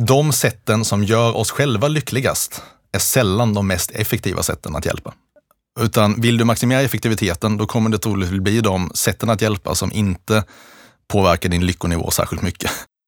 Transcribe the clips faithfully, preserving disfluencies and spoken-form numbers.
de sätten som gör oss själva lyckligast är sällan de mest effektiva sätten att hjälpa. Utan vill du maximera effektiviteten, då kommer det troligtvis bli de sätten att hjälpa som inte påverkar din lyckonivå särskilt mycket.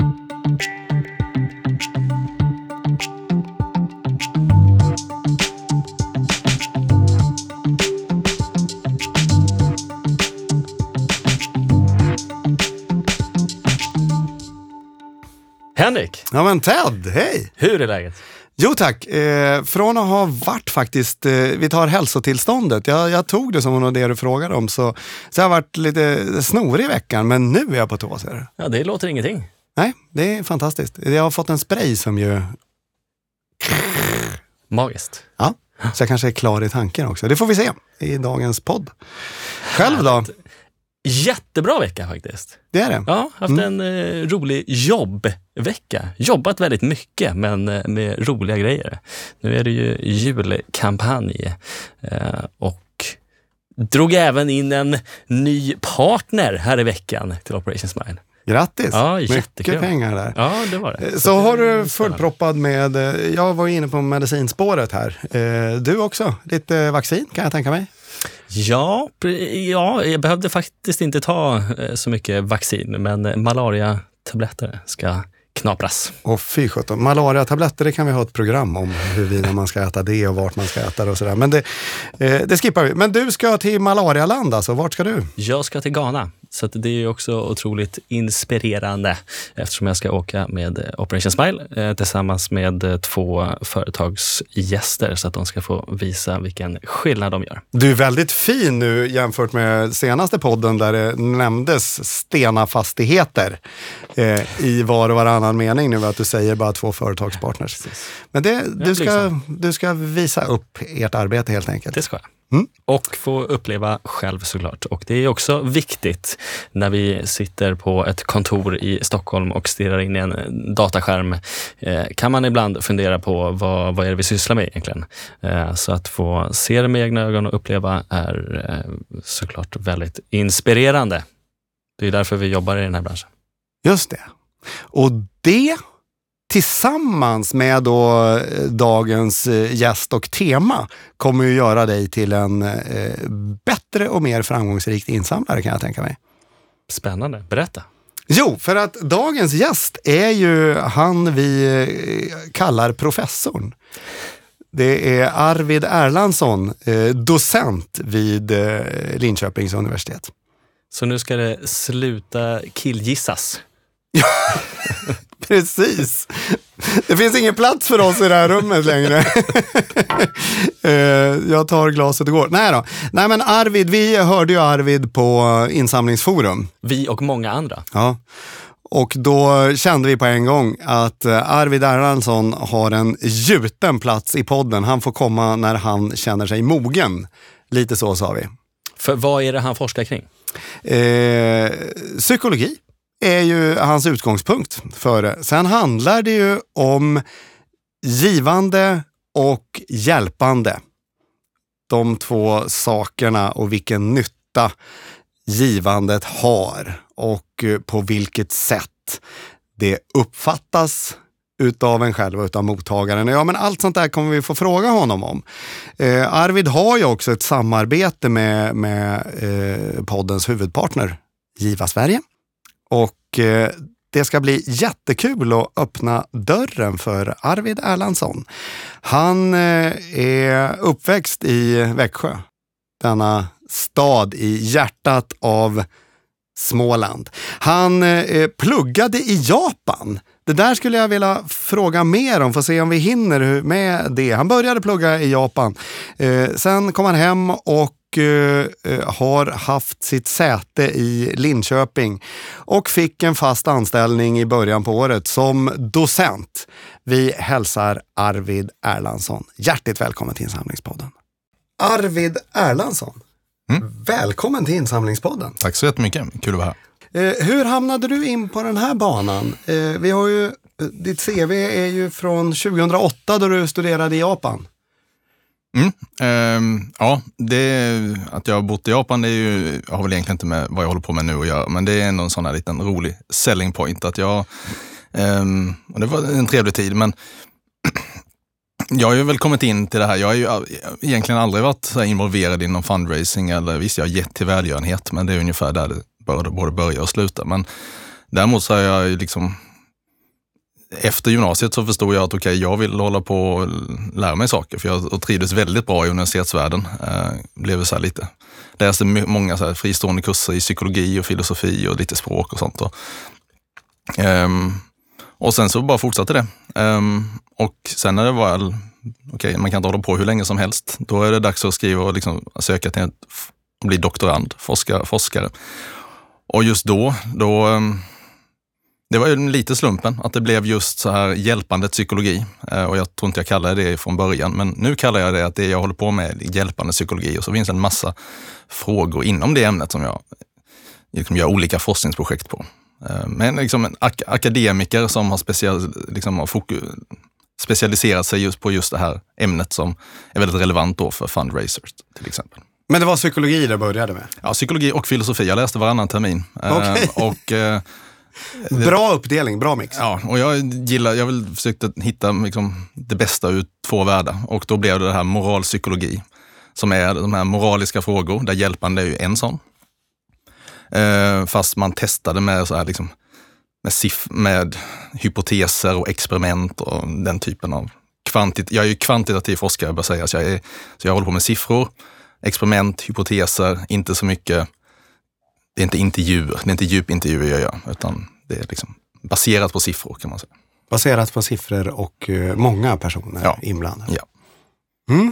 Henrik! Ja men Ted, hej! Hur är läget? Jo tack, eh, från att ha varit faktiskt, eh, vi tar hälsotillståndet, jag, jag tog det som det du frågade om, så, så jag har varit lite snorig i veckan, men nu är jag på tå, ser du. Ja, det låter ingenting. Nej, det är fantastiskt. Jag har fått en spray som ju... Magiskt. Ja, så jag kanske är klar i tanken också. Det får vi se i dagens podd. Själv då? Jättebra vecka faktiskt. Det är det? Ja, haft mm. en eh, rolig jobbvecka. Jobbat väldigt mycket, men eh, med roliga grejer. Nu är det ju julkampanj eh, och drog även in en ny partner här i veckan till Operation Smile. Grattis! Ja, mycket pengar där. Ja, det var det. Så, Så har du fullproppad med, jag var inne på medicinspåret här. Du också, lite vaccin kan jag tänka mig. Ja, ja, jag behövde faktiskt inte ta så mycket vaccin, men malaria-tabletter ska knapras. Och fy sjutton, malaria-tabletter, det kan vi ha ett program om huruvida man ska äta det och vart man ska äta det och sådär. Men det, eh, det skippar vi. Men du ska till malarialand alltså, vart ska du? Jag ska till Ghana, så att det är också otroligt inspirerande eftersom jag ska åka med Operation Smile eh, tillsammans med två företagsgäster så att de ska få visa vilken skillnad de gör. Du är väldigt fin nu jämfört med senaste podden där det nämndes Stena Fastigheter eh, i var och varannan mening nu att du säger bara två företagspartners. Precis. Men det, du, ska, du ska visa upp ert arbete helt enkelt. Det ska jag. Mm. Och få uppleva själv såklart. Och det är också viktigt när vi sitter på ett kontor i Stockholm och stirrar in i en dataskärm. Eh, kan man ibland fundera på vad, vad är det vi sysslar med egentligen. Eh, så att få se det med egna ögon och uppleva är eh, såklart väldigt inspirerande. Det är därför vi jobbar i den här branschen. Just det. Och det tillsammans med då dagens gäst och tema kommer ju göra dig till en eh, bättre och mer framgångsrikt insamlare kan jag tänka mig. Spännande, berätta. Jo, för att dagens gäst är ju han vi kallar professorn. Det är Arvid Erlandsson, eh, docent vid eh, Linköpings universitet. Så nu ska det sluta killgissas. Precis. Det finns ingen plats för oss i det här rummet längre. Jag tar glaset och går. Nej då. Nej men Arvid, vi hörde ju Arvid på insamlingsforum. Vi och många andra. Ja. Och då kände vi på en gång att Arvid Erlandsson har en gjuten plats i podden. Han får komma när han känner sig mogen. Lite så sa vi. För vad är det han forskar kring? Eh, psykologi är ju hans utgångspunkt för det. Sen handlar det ju om givande och hjälpande. De två sakerna och vilken nytta givandet har och på vilket sätt det uppfattas utav en själv och utav mottagaren. Ja, men allt sånt där kommer vi få fråga honom om. Eh, Arvid har ju också ett samarbete med, med eh, poddens huvudpartner Giva Sverige. Och eh, det ska bli jättekul att öppna dörren för Arvid Erlandsson. Han eh, är uppväxt i Växjö. Denna stad i hjärtat av Småland. Han eh, pluggade i Japan. Det där skulle jag vilja fråga mer om för att se om vi hinner med det. Han började plugga i Japan. Eh, sen kom han hem och eh, har haft sitt säte i Linköping och fick en fast anställning i början på året som docent. Vi hälsar Arvid Erlandsson. Hjärtligt välkommen till Insamlingspodden. Arvid Erlandsson. Mm. Välkommen till Insamlingspodden. Tack så jättemycket, kul att vara här. Eh, hur hamnade du in på den här banan? Eh, vi har ju, ditt C V är ju från tjugohundraåtta då du studerade i Japan. Mm, eh, ja, det, att jag har bott i Japan det är ju, har väl egentligen inte med vad jag håller på med nu att göra, men det är ändå en sån här liten rolig selling point att jag Um, och det var en trevlig tid, men jag har ju väl kommit in till det här. Jag har ju egentligen aldrig varit så här involverad i någon fundraising, eller visst, jag har gett till välgörenhet, men det är ungefär där det både börjar och sluta. Men däremot så har jag ju liksom, efter gymnasiet så förstod jag att okej, okay, jag vill hålla på och lära mig saker, för jag trivdes väldigt bra i universitetsvärlden. Eh, blev så här lite, läste många så här fristående kurser i psykologi och filosofi och lite språk och sånt. Och, ehm, och sen så bara fortsatte det. Ehm, och sen när det var, okej, okay, man kan inte hålla på hur länge som helst. Då är det dags att skriva och liksom söka till att bli doktorand, forskare, forskare. Och just då, då det var ju lite slumpen att det blev just så här hjälpande psykologi. Och jag tror inte jag kallade det från början, men nu kallar jag det att det jag håller på med är hjälpande psykologi. Och så finns en massa frågor inom det ämnet som jag liksom gör olika forskningsprojekt på. Men liksom en ak- akademiker som har, special, liksom har fokus, specialiserat sig just på just det här ämnet som är väldigt relevant då för fundraisers till exempel. Men det var psykologi det började med? Ja, psykologi och filosofi. Jag läste varannan termin. Okay. och, eh, bra uppdelning, bra mix. Ja, och jag gillar, jag vill försökte hitta liksom det bästa ut två världar. Och då blev det det här moralpsykologi, som är de här moraliska frågor, där hjälpande är ju en sån. Eh, fast man testade med så här liksom med, siff- med hypoteser och experiment och den typen av kvantit- jag är ju kvantitativ forskare, bör säga, så jag, är, så jag håller på med siffror, experiment, hypoteser, inte så mycket, det är inte intervjuer, det är inte djupintervjuer jag gör, utan det är liksom baserat på siffror, kan man säga. Baserat på siffror och uh, många personer ja. inblandade. Ja. Mm.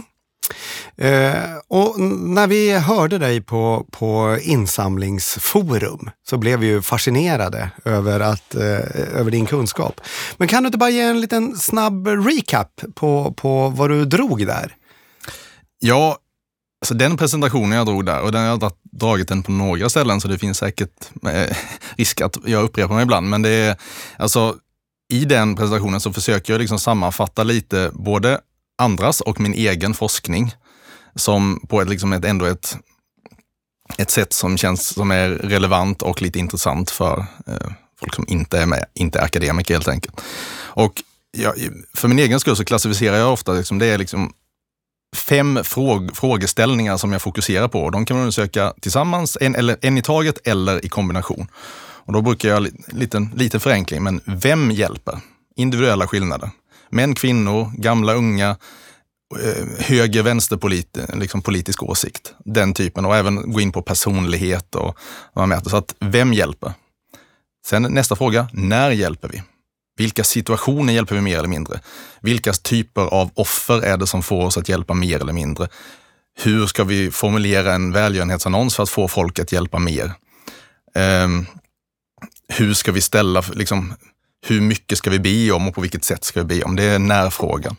Uh, och när vi hörde dig på, på insamlingsforum så blev vi ju fascinerade över, att, uh, över din kunskap. Men kan du inte bara ge en liten snabb recap på, på vad du drog där? Ja, alltså den presentationen jag drog där, och den har jag dragit den på några ställen, så det finns säkert eh, risk att jag upprepar mig ibland, men det är alltså i den presentationen så försöker jag liksom sammanfatta lite både andras och min egen forskning som på ett, liksom ett, ändå ett, ett sätt som känns som är relevant och lite intressant för eh, folk som inte är med, inte är akademiker helt enkelt. Och jag, för min egen skull så klassificerar jag ofta liksom, det är liksom fem fråg, frågeställningar som jag fokuserar på. De kan man undersöka tillsammans, en, eller, en i taget eller i kombination. Och då brukar jag lite, lite förenkling, men vem hjälper? Individuella skillnader. Män, kvinnor, gamla, unga, höger, vänster polit, liksom politisk åsikt. Den typen, och även gå in på personlighet och vad man mäter. Så att vem hjälper? Sen nästa fråga, när hjälper vi? Vilka situationer hjälper vi mer eller mindre? Vilka typer av offer är det som får oss att hjälpa mer eller mindre? Hur ska vi formulera en välgörenhetsannons för att få folk att hjälpa mer? Um, hur ska vi ställa, liksom, hur mycket ska vi be om och på vilket sätt ska vi be om? Det är närfrågan.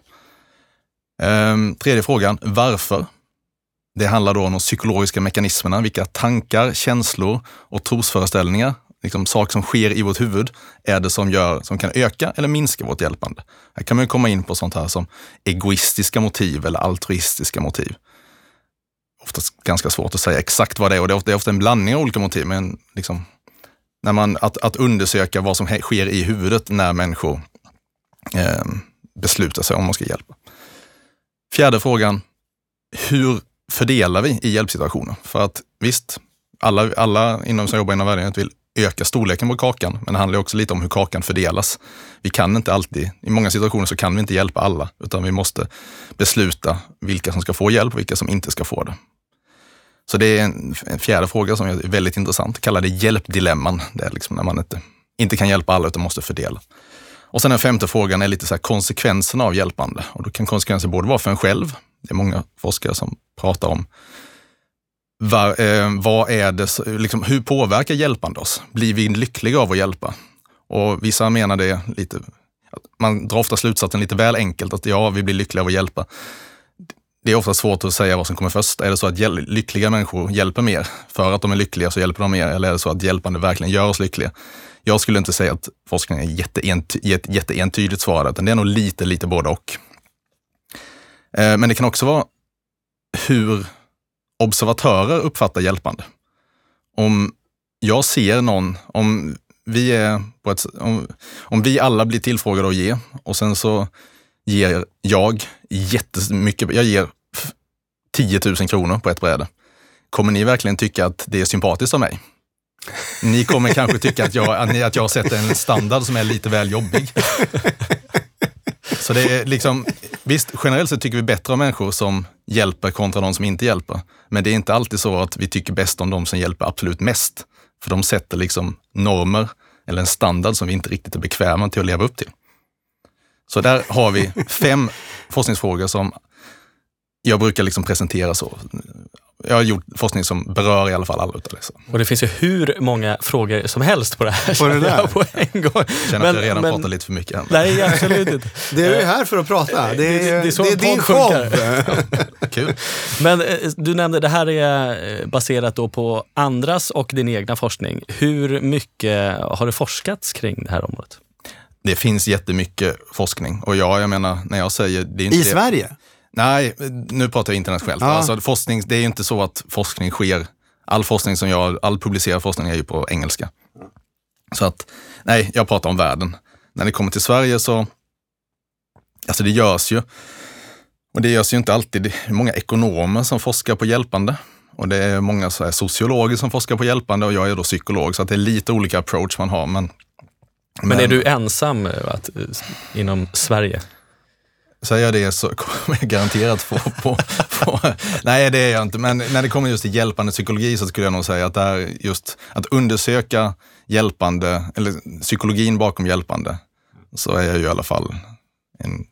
Um, tredje frågan, varför? Det handlar då om de psykologiska mekanismerna, vilka tankar, känslor och trosföreställningar, liksom saker som sker i vårt huvud, är det som, gör, som kan öka eller minska vårt hjälpande. Här kan man ju komma in på sånt här som egoistiska motiv eller altruistiska motiv. Oftast ganska svårt att säga exakt vad det är, och det är ofta, det är ofta en blandning av olika motiv, men liksom, när man, att, att undersöka vad som sker i huvudet när människor eh, beslutar sig om man ska hjälpa. Fjärde frågan, hur fördelar vi i hjälpsituationer? För att visst, alla, alla inom som jobbar inom välgörenhet vill öka storleken på kakan, men det handlar också lite om hur kakan fördelas. Vi kan inte alltid, i många situationer så kan vi inte hjälpa alla, utan vi måste besluta vilka som ska få hjälp och vilka som inte ska få det. Så det är en, en fjärde fråga som är väldigt intressant, kallar det hjälpdilemman. Det är liksom när man inte, inte kan hjälpa alla utan måste fördela. Och sen den femte frågan är lite så här konsekvenserna av hjälpande. Och då kan konsekvenser både vara för en själv, det är många forskare som pratar om, var, eh, vad är det, liksom, hur påverkar hjälpande oss? Blir vi lyckliga av att hjälpa? Och vissa menar det lite, man drar ofta slutsatsen lite väl enkelt, att ja, vi blir lyckliga av att hjälpa. Det är ofta svårt att säga vad som kommer först. Är det så att hjäl- lyckliga människor hjälper mer för att de är lyckliga, så hjälper de mer? Eller är det så att hjälpande verkligen gör oss lyckliga? Jag skulle inte säga att forskningen är jätteent- ett jätteentydigt svar, utan det är nog lite, lite både och. Eh, men det kan också vara hur observatörer uppfattar hjälpande. Om jag ser någon, om vi är på ett, om, om vi alla blir tillfrågade att ge och sen så ger jag jättemycket, jag ger tio tusen kronor på ett bräde. Kommer ni verkligen tycka att det är sympatiskt av mig? Ni kommer kanske tycka att jag, att jag sätter en standard som är lite väl jobbig. Så det är liksom, visst, generellt sett tycker vi bättre om människor som hjälper kontra de som inte hjälper. Men det är inte alltid så att vi tycker bäst om de som hjälper absolut mest. För de sätter liksom normer eller en standard som vi inte riktigt är bekväma till att leva upp till. Så där har vi fem forskningsfrågor som jag brukar liksom presentera så. Jag har gjort forskning som berör i alla fall alla utav det. Och det finns ju hur många frågor som helst på det här. På det där? På en gång. Jag känner men, att jag redan men, pratar lite för mycket. Här. Nej, absolut inte. Det är ju här för att prata. Det är, det, det är, så det är din show. Kul. Men du nämnde, det här är baserat då på andras och din egna forskning. Hur mycket har det forskats kring det här området? Det finns jättemycket forskning. Och ja, jag menar, när jag säger... Det är inte I det. Sverige? Nej, nu pratar jag internationellt. Ja. Alltså, forskning, det är ju inte så att forskning sker... All forskning som jag... All publicerad forskning är ju på engelska. Så att, nej, jag pratar om världen. När det kommer till Sverige så... Alltså det görs ju... Och det görs ju inte alltid... Det är många ekonomer som forskar på hjälpande. Och det är många så här, sociologer som forskar på hjälpande. Och jag är då psykolog. Så att det är lite olika approach man har. Men, men, men är du ensam att, inom Sverige? Säger jag det så kommer jag garanterat få på, på... Nej, det är jag inte. Men när det kommer just till hjälpande psykologi så skulle jag nog säga att det är just att undersöka hjälpande, eller psykologin bakom hjälpande, så är jag ju i alla fall en...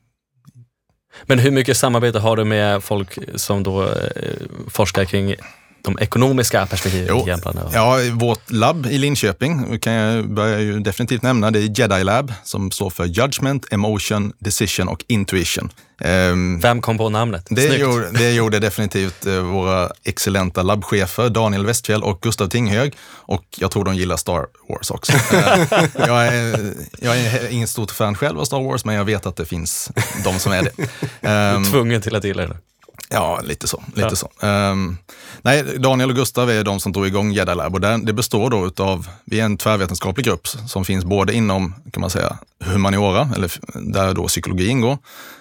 Men hur mycket samarbete har du med folk som då eh, forskar kring de ekonomiska perspektiven? Ja, vårt labb i Linköping kan jag börja ju definitivt nämna. Det är Jedi Lab som står för Judgment, Emotion, Decision och Intuition. Um, Vem kom på namnet? Det gjorde, det gjorde definitivt uh, våra excellenta labbchefer Daniel Westfjell och Gustav Tinghög. Och jag tror de gillar Star Wars också. uh, jag, är, jag är ingen stort fan själv av Star Wars, men jag vet att det finns de som är det. Um, du är tvungen till att gilla det. Ja, lite så. Lite ja. så. Um, nej, Daniel och Gustav är de som drog igång Jedi Lab och det, det består då utav, vi är en tvärvetenskaplig grupp som finns både inom, kan man säga, humaniora, eller där då psykologi ingår,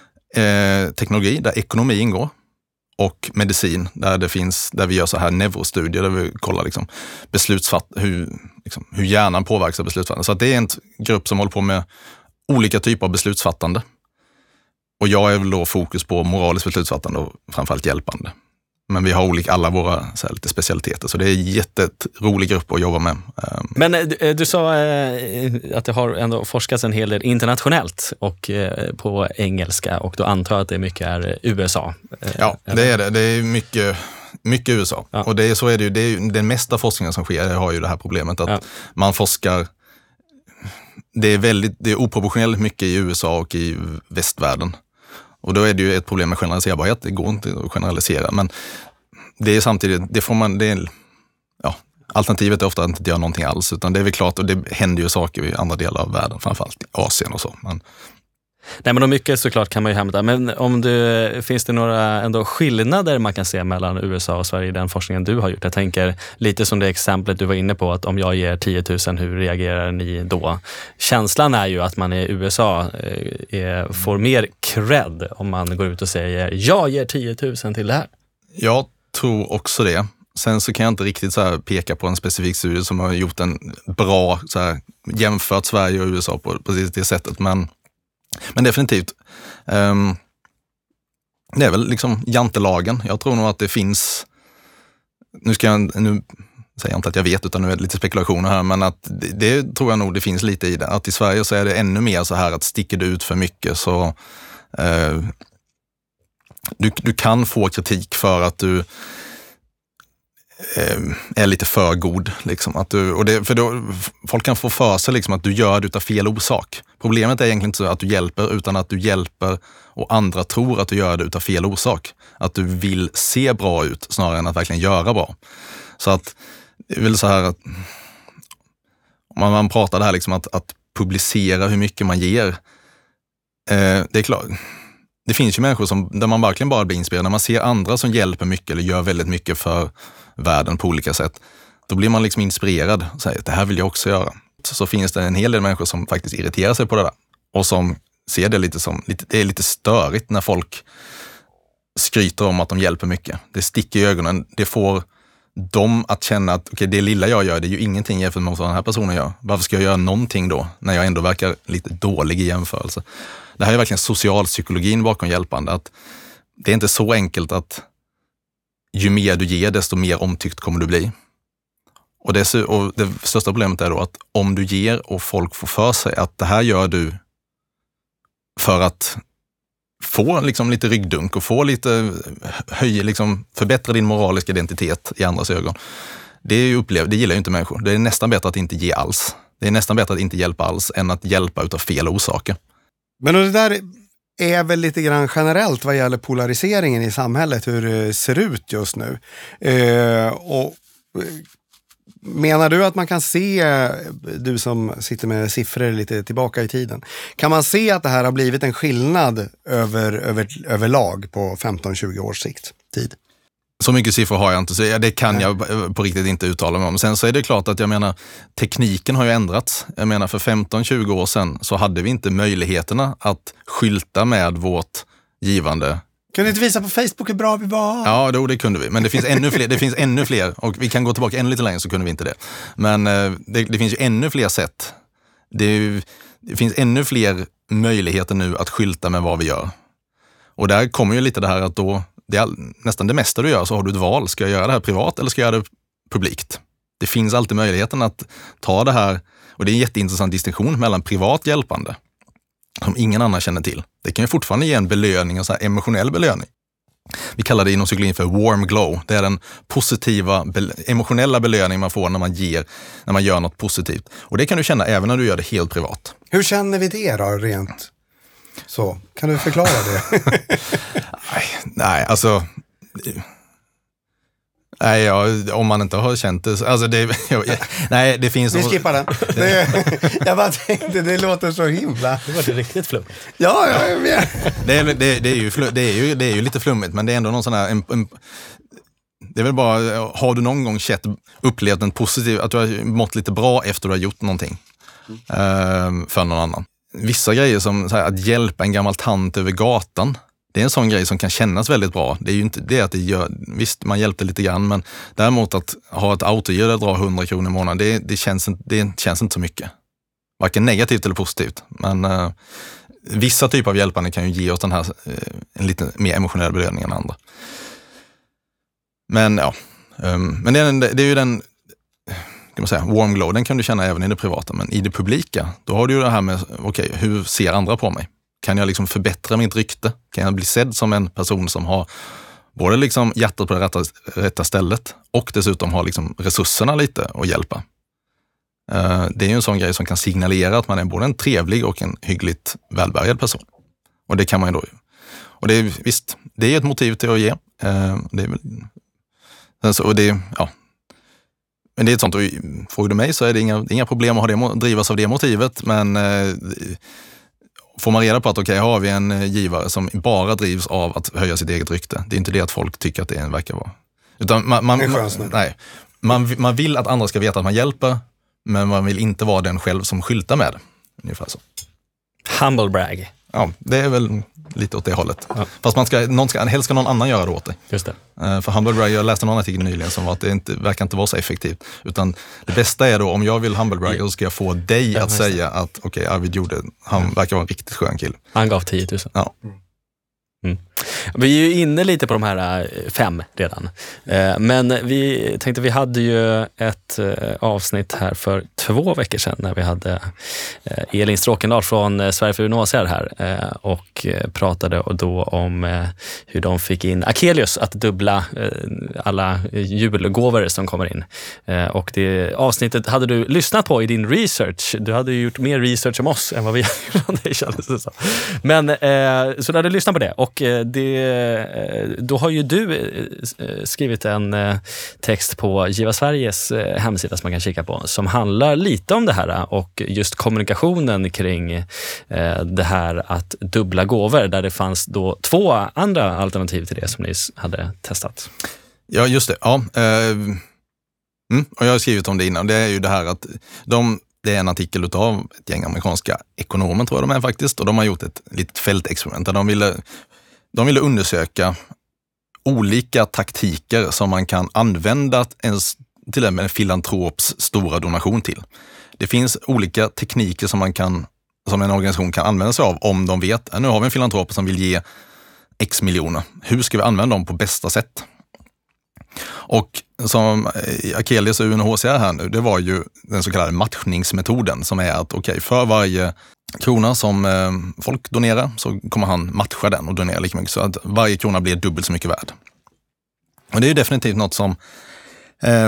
eh, teknologi, där ekonomi ingår, och medicin, där det finns, där vi gör så här neurostudier, där vi kollar liksom beslutsfatt, hur, liksom, hur hjärnan påverkas av beslutsfattande. Så att det är en grupp som håller på med olika typer av beslutsfattande. Och jag är väl då fokus på moraliskt beslutsfattande och framförallt hjälpande. Men vi har olika, alla våra så här, lite specialiteter. Så det är en jätterolig grupp att jobba med. Men du, du sa eh, att det har ändå forskats en hel del internationellt och eh, på engelska. Och då antar jag att det mycket är U S A. Eh, ja, det är det. Det är mycket, mycket U S A. Ja. Och det är, så är det ju. Det är ju den mesta forskningen som sker har ju det här problemet att ja. man forskar... Det är, väldigt, det är oproportionellt mycket i U S A och i västvärlden. Och då är det ju ett problem med generaliserbarhet. Det går inte att generalisera. Men det är samtidigt, det får man, det är, ja, alternativet är ofta att inte göra någonting alls. Utan det är väl klart, och det händer ju saker i andra delar av världen, framförallt i Asien och så. Men, Nej, men mycket såklart kan man ju hämta. Men om du, finns det några ändå skillnader man kan se mellan U S A och Sverige i den forskningen du har gjort? Jag tänker lite som det exemplet du var inne på, att om jag ger tio tusen, hur reagerar ni då? Känslan är ju att man i U S A är, får mer cred om man går ut och säger jag ger tio tusen till det här. Jag tror också det. Sen så kan jag inte riktigt så här peka på en specifik studie som har gjort en bra så här, jämfört Sverige och U S A på precis det sättet. Men Men definitivt. Um, det är väl liksom jantelagen. Jag tror nog att det finns, nu ska jag, nu säger jag inte att jag vet utan nu är det lite spekulationer här, men att det, det tror jag nog det finns lite i det. Att i Sverige så är det ännu mer så här att sticker du ut för mycket så uh, du, du kan få kritik för att du är lite för god. Liksom. Att du, och det, för då, folk kan få för sig liksom, att du gör det utav fel orsak. Problemet är egentligen inte så att du hjälper, utan att du hjälper och andra tror att du gör det utav fel orsak. Att du vill se bra ut snarare än att verkligen göra bra. Så att det är väl så här att om man, man pratar det här liksom att, att publicera hur mycket man ger. Eh, det är klart. Det finns ju människor som, där man verkligen bara blir inspirerad. När man ser andra som hjälper mycket eller gör väldigt mycket för världen på olika sätt, då blir man liksom inspirerad och säger att det här vill jag också göra. så finns det en hel del människor som faktiskt irriterar sig på det där. Och som ser det lite som, lite, det är lite störigt när folk skryter om att de hjälper mycket. Det sticker i ögonen, det får dem att känna att okay, det lilla jag gör, det är ju ingenting jämfört med vad den här personen gör. Varför ska jag göra någonting då, när jag ändå verkar lite dålig i jämförelse? Det här är verkligen socialpsykologin bakom hjälpande, att det är inte så enkelt att ju mer du ger, desto mer omtyckt kommer du bli. Och det, och det största problemet är då att om du ger och folk får för sig att det här gör du för att få liksom lite ryggdunk och få lite höj, liksom förbättra din moraliska identitet i andras ögon. Det är ju upplevt, det gillar ju inte människor. Det är nästan bättre att inte ge alls. Det är nästan bättre att inte hjälpa alls än att hjälpa utav fel orsaker. Men det där är väl lite grann generellt vad gäller polariseringen i samhället, hur det ser ut just nu. Eh, och menar du att man kan se, du som sitter med siffror lite tillbaka i tiden, kan man se att det här har blivit en skillnad över, över, överlag på femton tjugo års sikt tid? Så mycket siffror har jag inte, så det kan jag på riktigt inte uttala mig om. Sen så är det klart att jag menar, tekniken har ju ändrats. Jag menar, för femton tjugo år sedan så hade vi inte möjligheterna att skylta med vårt givande. Kunde inte visa på Facebook hur bra vi var? Ja, då, det kunde vi. Men det finns ännu fler, det finns ännu fler, och vi kan gå tillbaka ännu lite längre så kunde vi inte det. Men det, det finns ju ännu fler sätt. Det, är, det finns ännu fler möjligheter nu att skylta med vad vi gör. Och där kommer ju lite det här att då, det är nästan det mesta du gör så har du ett val. Ska jag göra det här privat eller ska jag göra det publikt? Det finns alltid möjligheten att ta det här, och det är en jätteintressant distinktion mellan privat hjälpande som ingen annan känner till. Det kan ju fortfarande ge en belöning, en så här emotionell belöning. Vi kallar det inom psykologin för warm glow. Det är den positiva, emotionella belöning man får när man ger, när man gör något positivt. Och det kan du känna även när du gör det helt privat. Hur känner vi det då, rent så? Kan du förklara det? nej, nej, alltså... Nej, ja, om man inte har känt det. Alltså det jag, nej, det finns... Vi skippar den. Det, jag bara tänkte, det låter så himla... Det var det riktigt flummigt. Ja, ja, ja. Det, är, det, det, är ju, det, är ju, det är ju lite flummigt, men det är ändå någon sån här... En, en, det är väl bara, har du någon gång sett, upplevt en positiv, att du har mått lite bra efter du har gjort någonting mm. för någon annan. Vissa grejer som så här, att hjälpa en gammal tant över gatan, det är en sån grej som kan kännas väldigt bra. Det är ju inte det att det gör, visst man hjälpte lite grann, men däremot att ha ett autogir och dra hundra kronor i månaden, det, det, känns, det känns inte så mycket. Varken negativt eller positivt. Men uh, vissa typer av hjälpande kan ju ge oss den här uh, en lite mer emotionell belöning än andra. Men ja, um, men det är, det är ju den, kan man säga, warm glow, den kan du känna även i det privata, men i det publika, då har du ju det här med, okej, okay, hur ser andra på mig? Kan jag liksom förbättra mitt rykte? Kan jag bli sedd som en person som har både liksom hjärtat på det rätta, rätta stället och dessutom har liksom resurserna lite att hjälpa? Uh, det är ju en sån grej som kan signalera att man är både en trevlig och en hyggligt välbärgad person. Och det kan man ju då. Och det är visst, det är ett motiv till att ge. Uh, det är väl, alltså, och det, ja. Men det är ett sånt, och frågar du mig så är det inga, inga problem att ha det, drivas av det motivet, men uh, får man reda på att okej, okay, har vi en givare som bara drivs av att höja sitt eget rykte. Det är inte det att folk tycker att det verkar vara. Utan man, man, man, nej, man, man vill att andra ska veta att man hjälper, men man vill inte vara den själv som skyltar med det. Ungefär så. Humble brag. Ja, det är väl lite åt det hållet. Ja. Fast man ska, någon ska, helst ska någon annan göra det åt dig. Just det. Uh, för humble brag, jag läste någon artikel nyligen som var att det inte, verkar inte vara så effektivt. Utan det bästa är då, om jag vill humble brag, så ska jag få dig ja, att säga att okej, okay, Arvid gjorde, han mm. verkar vara en riktigt skön kille. Han gav tio tusen. Ja. Mm. Vi är ju inne lite på de här fem redan. Men vi tänkte, vi hade ju ett avsnitt här för två veckor sedan när vi hade Elin Stråkendal från Sverige för U N H C R här och pratade då om hur de fick in Akelius att dubbla alla julgåvor som kommer in. Och det avsnittet hade du lyssnat på i din research. Du hade ju gjort mer research om oss än vad vi hade, det kändes det så. Men så du hade lyssnat på det. Och det, då har ju du skrivit en text på Giva Sveriges hemsida som man kan kika på, som handlar lite om det här och just kommunikationen kring det här att dubbla gåvor, där det fanns då två andra alternativ till det som ni hade testat. Ja, just det. Ja, eh, mm, och jag har skrivit om det innan. Det är ju det här att de det är en artikel utav ett gäng amerikanska ekonomer, tror jag de är faktiskt, och de har gjort ett litet fältexperiment där de ville, de ville undersöka olika taktiker som man kan använda ens, till och med en filantrops stora donation till. Det finns olika tekniker som man kan, som en organisation kan använda sig av om de vet, nu har vi en filantrop som vill ge x miljoner. Hur ska vi använda dem på bästa sätt? Och som Akelius och U N H C R här nu, det var ju den så kallade matchningsmetoden, som är att okej, okay, för varje krona som eh, folk donerar så kommer han matcha den och donera lika mycket, så att varje krona blir dubbelt så mycket värd. Och det är ju definitivt något som eh,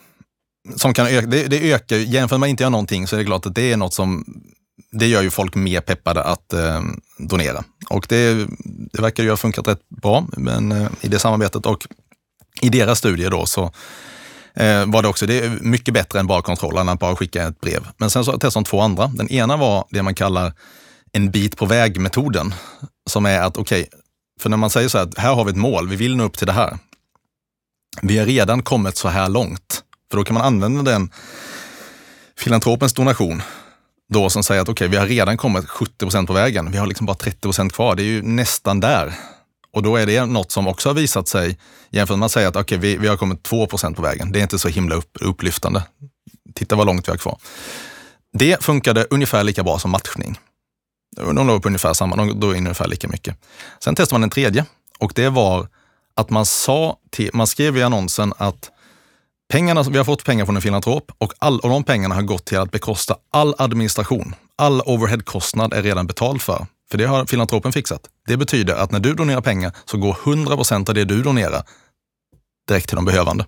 som kan öka, det, det ökar, jämfört med att man inte gör någonting, så är det klart att det är något som, det gör ju folk mer peppade att eh, donera. Och det, det verkar ju ha funkat rätt bra men, eh, i det samarbetet, och i deras studier då så eh, var det också, det är mycket bättre än bara kontrollen, att bara skicka ett brev. Men sen så testade de två andra. Den ena var det man kallar en bit på väg-metoden, som är att okej, okay, för när man säger så här, här har vi ett mål, vi vill nå upp till det här. Vi har redan kommit så här långt, för då kan man använda den filantropens donation då som säger att okej, okay, vi har redan kommit sjuttio procent på vägen, vi har liksom bara trettio procent kvar, det är ju nästan där. Och då är det något som också har visat sig, jämfört med att säga att okej, okay, vi, vi har kommit två procent på vägen. Det är inte så himla upp, upplyftande. Titta vad långt vi har kvar. Det funkade ungefär lika bra som matchning. De låg på ungefär samma, de då är ungefär lika mycket. Sen testade man en tredje, och det var att man sa till, man skrev i annonsen att pengarna, vi har fått pengar från en filantrop, och, all, och de pengarna har gått till att bekosta all administration. All overheadkostnad är redan betald för. För det har filantropen fixat. Det betyder att när du donerar pengar så går hundra procent av det du donerar direkt till de behövande.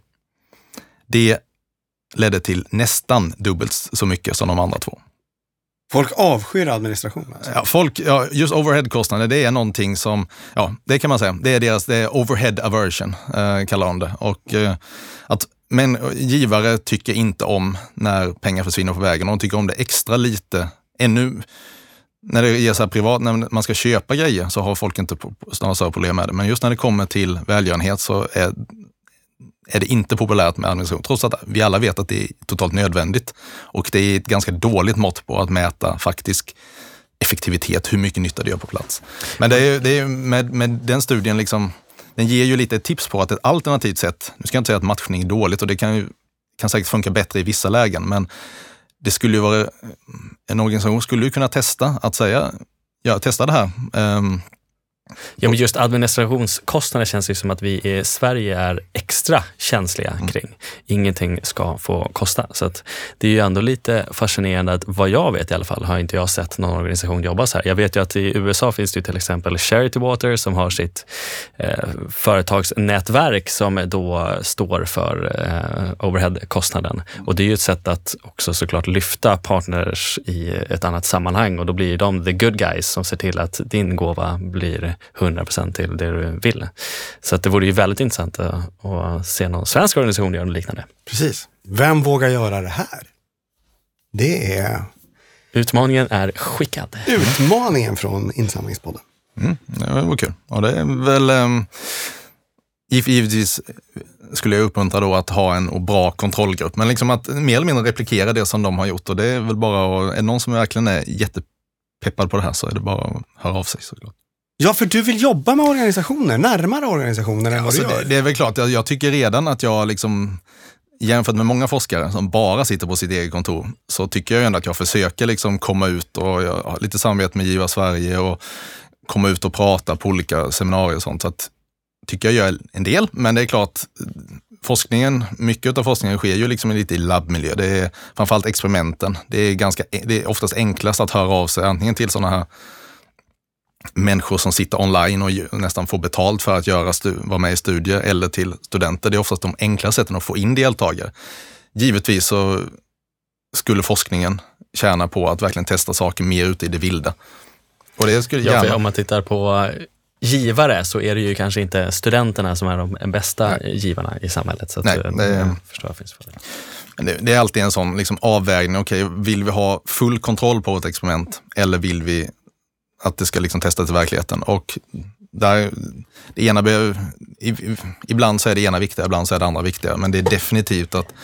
Det ledde till nästan dubbelt så mycket som de andra två. Folk avskyr administration. Alltså. Ja, folk, ja, just overheadkostnader, det är någonting som, ja, det kan man säga, det är deras, det är overhead aversion, eh, kallar de det. Och eh, att, men givare tycker inte om när pengar försvinner på vägen, och de tycker om det extra lite, ännu. När det är så här privat, när man ska köpa grejer, så har folk inte några större problem med det. Men just när det kommer till välgörenhet så är, är det inte populärt med administration. Trots att vi alla vet att det är totalt nödvändigt. Och det är ett ganska dåligt mått på att mäta faktisk effektivitet, hur mycket nytta det gör på plats. Men det är, det är med, med den studien, liksom, den ger ju lite tips på att ett alternativt sätt, nu ska jag inte säga att matchning är dåligt, och det kan ju kan säkert funka bättre i vissa lägen, men det skulle ju vara, en organisation skulle ju kunna testa att säga, ja, testa det här. Um, ja, men just administrationskostnader känns ju som att vi i Sverige är extra känsliga mm. kring. Ingenting ska få kosta. Så att det är ju ändå lite fascinerande att, vad jag vet i alla fall, har inte jag sett någon organisation jobba så här. Jag vet ju att i U S A finns det ju till exempel Charity Water som har sitt eh, företagsnätverk som då står för eh, overhead-kostnaden. Och det är ju ett sätt att också såklart lyfta partners i ett annat sammanhang, och då blir de the good guys som ser till att din gåva blir hundra procent till det du vill. Så att det vore ju väldigt intressant att, att se någon svensk organisation göra något liknande. Precis. Vem vågar göra det här? Det är... Utmaningen är skickad. Utmaningen från Insamlingspodden. Mm, det var kul. Och det är väl... Um, givetvis skulle jag uppmuntra då att ha en bra kontrollgrupp. Men liksom att mer eller mindre replikera det som de har gjort. Och det är väl bara... Är det någon som verkligen är jättepeppad på det här, så är det bara att höra av sig, såklart. Ja, för du vill jobba med organisationer, närmare organisationer än ja, vad du alltså gör. Det, det är väl klart, jag, jag tycker redan att jag liksom, jämfört med många forskare som bara sitter på sitt eget kontor, så tycker jag ändå att jag försöker liksom komma ut, och jag har lite samarbete med Giva Sverige och komma ut och prata på olika seminarier och sånt. Så att, tycker jag gör en del, men det är klart, forskningen, mycket av forskningen sker ju liksom lite i labbmiljö. Det är framförallt experimenten. Det är, ganska, det är oftast enklast att höra av sig antingen till sådana här människor som sitter online och nästan får betalt för att göra stu- vara med i studier, eller till studenter. Det är oftast de enkla sätten att få in deltagare. Givetvis så skulle forskningen tjäna på att verkligen testa saker mer ute i det vilda. Och det skulle ja, gärna... Om man tittar på givare så är det ju kanske inte studenterna som är de bästa Nej. givarna i samhället. Så att, Nej, det är... jag förstår vad det finns för det. Det, det är alltid en sån liksom avvägning. Okej, vill vi ha full kontroll på ett experiment, eller vill vi att det ska liksom testas i verkligheten? Och där, det ena, ibland så är det ena viktigare, ibland så är det andra viktigare. Men det är definitivt att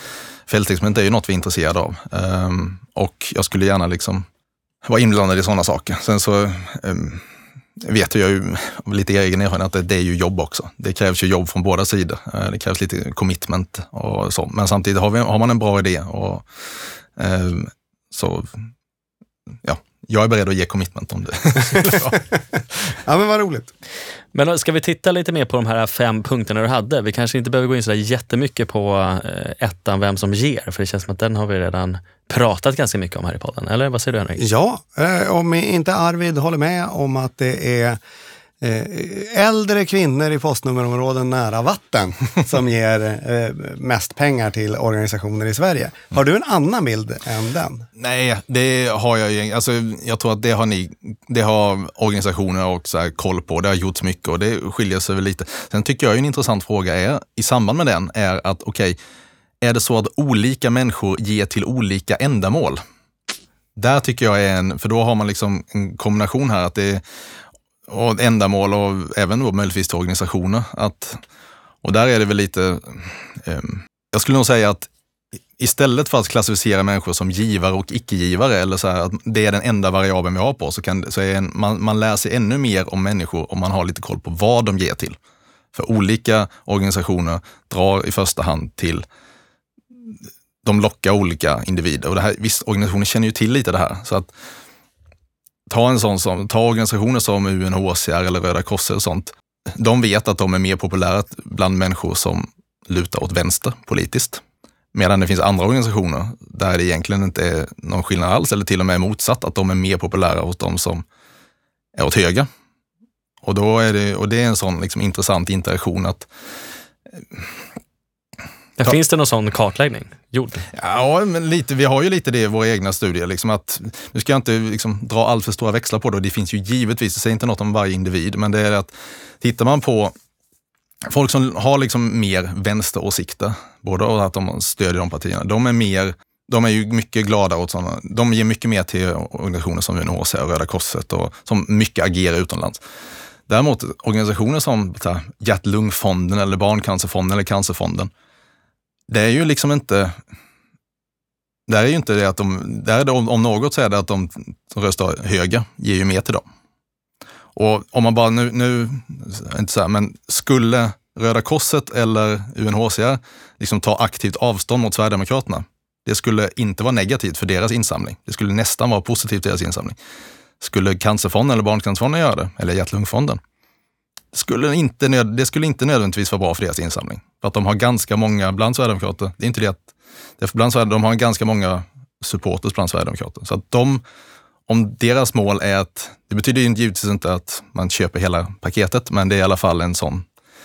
fältexperiment är ju något vi är intresserade av. Um, och jag skulle gärna liksom vara inblandad i sådana saker. Sen så um, vet jag ju lite egen erfarenhet att det är ju jobb också. Det krävs ju jobb från båda sidor. Uh, det krävs lite commitment och så. Men samtidigt har, vi, har man en bra idé och um, så ja, jag är beredd att ge commitment om det. Ja, men vad roligt. Men ska vi titta lite mer på de här fem punkterna du hade? Vi kanske inte behöver gå in så där jättemycket på ettan, vem som ger. För det känns som att den har vi redan pratat ganska mycket om här i podden. Eller vad säger du, Henrik? Ja, om inte Arvid håller med om att det är äldre kvinnor i postnummerområden nära vatten som ger mest pengar till organisationer i Sverige. Har du en annan bild än den? Nej, det har jag ju. Alltså, jag tror att det har ni, det har organisationer också koll på. Det har gjorts mycket och det skiljer sig väl lite. Sen tycker jag en intressant fråga är, i samband med den, är att okej, okay, är det så att olika människor ger till olika ändamål? Där tycker jag är en, för då har man liksom en kombination här att det är och ändamål och även då möjligtvis till organisationer. Att, och där är det väl lite, eh, jag skulle nog säga att istället för att klassificera människor som givare och icke-givare eller så här, att det är den enda variabeln vi har på, så, kan, så är en, man, man lär sig ännu mer om människor om man har lite koll på vad de ger till. För olika organisationer drar i första hand till, de lockar olika individer. Och det här, vissa organisationer känner ju till lite det här. Så att Ta, en sån som, ta organisationer som U N H C R eller Röda Korset och sånt. De vet att de är mer populära bland människor som lutar åt vänster politiskt. Medan det finns andra organisationer där det egentligen inte är någon skillnad alls eller till och med motsatt, att de är mer populära hos de som är åt höger. Och, då är det, och det är en sån liksom intressant interaktion att Ja, finns det någon sån kartläggning gjord? Ja, men lite, vi har ju lite det i våra egna studier. Liksom att, nu ska jag inte liksom dra allt för stora växlar på det. Det finns ju givetvis, det säger inte något om varje individ, men det är att tittar man på folk som har liksom mer vänsteråsikter, både att de stödjer de partierna, de är mer, de är ju mycket glada åt sådana, de ger mycket mer till organisationer som U N H C R och Röda Korset och som mycket agerar utomlands. Däremot organisationer som Hjärt-Lungfonden eller Barncancerfonden eller Cancerfonden, det är ju liksom inte, där är ju inte det att de, där är det, om något så är det att de som röstar höger ger ju mer till dem. Och om man bara nu, nu inte så här, men skulle Röda Korset eller U N H C R liksom ta aktivt avstånd mot Sverigedemokraterna, det skulle inte vara negativt för deras insamling. Det skulle nästan vara positivt för deras insamling. Skulle Cancerfonden eller Barncancerfonden göra det, eller Hjärt-Lungfonden, det skulle, inte, det skulle inte nödvändigtvis vara bra för deras insamling. För att de har ganska många bland Sverigedemokrater. Det är inte det att det är bland Sverigedemokrater, de har ganska många supporters bland Sverigedemokrater. Så att de, om deras mål är att, det betyder ju givetvis inte att man köper hela paketet, men det är i alla fall en sån,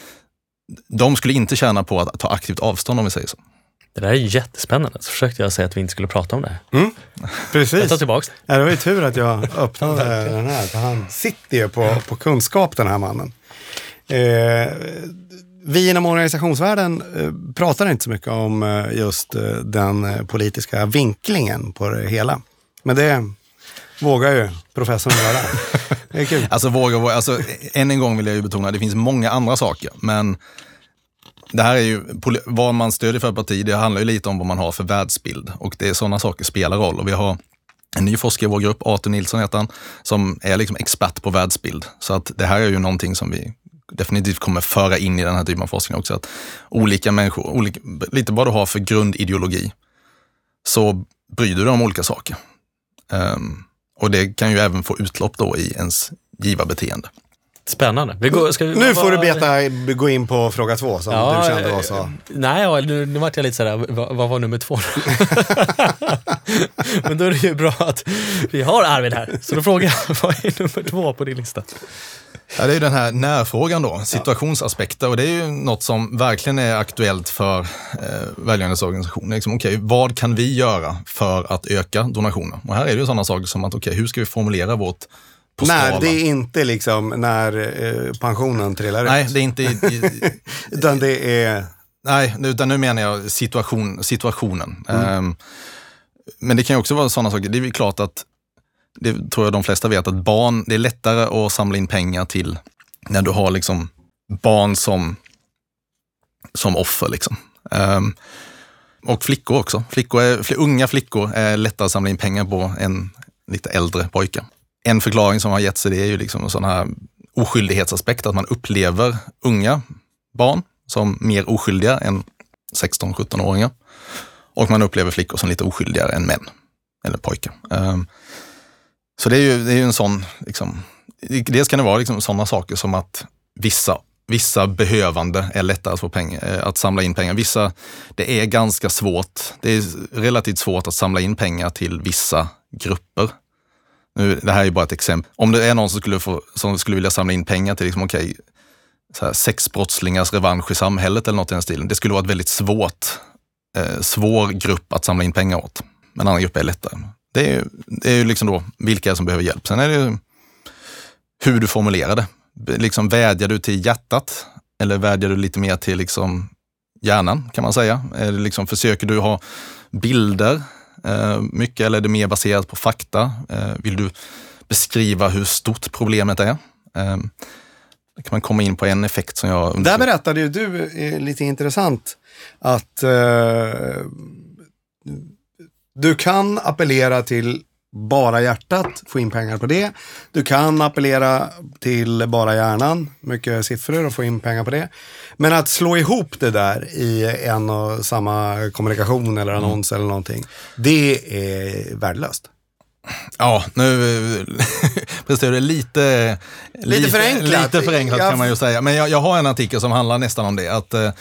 de skulle inte tjäna på att ta aktivt avstånd, om vi säger så. Det där är jättespännande. Så försökte jag säga att vi inte skulle prata om det. Mm, precis. Jag tar tillbaka det. Ja, det var ju tur att jag öppnade den här. För han sitter ju på, på kunskap, den här mannen. Eh, vi inom organisationsvärlden eh, pratar inte så mycket om eh, just eh, den eh, politiska vinklingen på det hela. Men det vågar ju professorn göra. Det är kul. Alltså, våga, alltså, än en gång vill jag ju betona att det finns många andra saker. Men det här är ju, vad man stödjer för parti, det handlar ju lite om vad man har för världsbild. Och det är sådana saker spelar roll. Och vi har en ny forskare i vår grupp, Arthur Nilsson heter han, som är liksom expert på världsbild. Så att det här är ju någonting som vi definitivt kommer föra in i den här typen av forskning också. Att olika människor, olika, lite vad du har för grundideologi, så bryr du dig om olika saker. Um, och det kan ju även få utlopp då i ens givarbeteende. Spännande. Vi går, ska vi, nu får vad, du beta, gå in på fråga två som ja, du kände var så. Nej, nu, nu var jag lite sådär, vad, vad var nummer två? Men då är det ju bra att vi har Arvid här. Så då frågar jag, vad är nummer två på din lista? Ja, det är ju den här närfrågan då, situationsaspekter. Och det är ju något som verkligen är aktuellt för eh, väljarnas organisationer. Liksom, okay, vad kan vi göra för att öka donationer? Och här är det ju sådana saker som att okay, hur ska vi formulera vårt Nej, det är inte liksom när eh, pensionen trillar Nej, ut. Nej, det är inte... I, i, utan det är... Nej, utan nu menar jag situation, situationen. Mm. Um, men det kan ju också vara sådana saker. Det är klart att, det tror jag de flesta vet, att barn, det är lättare att samla in pengar till när du har liksom barn som, som offer. Liksom. Um, Och flickor också. Flickor är, unga flickor är lättare att samla in pengar på än lite äldre pojkar. En förklaring som har gett sig det är ju liksom en sån här oskyldighetsaspekt, att man upplever unga barn som mer oskyldiga än sexton sjutton-åringar. Och man upplever flickor som lite oskyldigare än män eller pojkar. Um, så det är ju, det är ju en sån, liksom, dels kan det vara liksom sådana saker som att vissa, vissa behövande är lättare att få pengar, att samla in pengar. Vissa, det är ganska svårt, det är relativt svårt att samla in pengar till vissa grupper. Nu, det här är ju bara ett exempel. Om det är någon som skulle, få, som skulle vilja samla in pengar till liksom, okej, så här, sexbrottslingars revansch i samhället eller något i den stilen. Det skulle vara ett väldigt svårt, eh, svår grupp att samla in pengar åt. Men andra grupper är lättare. Det är ju, det är ju liksom då vilka som behöver hjälp. Sen är det ju hur du formulerar det. Liksom, vädjar du till hjärtat eller vädjar du lite mer till liksom, hjärnan, kan man säga? Är det liksom, försöker du ha bilder eh, mycket, eller är det mer baserat på fakta? Eh, vill du beskriva hur stort problemet är? Eh, Då kan man komma in på en effekt som jag... Där berättade ju du, är lite intressant, att eh, du kan appellera till bara hjärtat, få in pengar på det. Du kan appellera till bara hjärnan, mycket siffror och få in pengar på det. Men att slå ihop det där i en och samma kommunikation eller annons mm. eller någonting, det är värdelöst. Ja, nu presterar det lite lite förenklat, lite förenklat kan man ju säga. Men jag, jag har en artikel som handlar nästan om det, att, eh,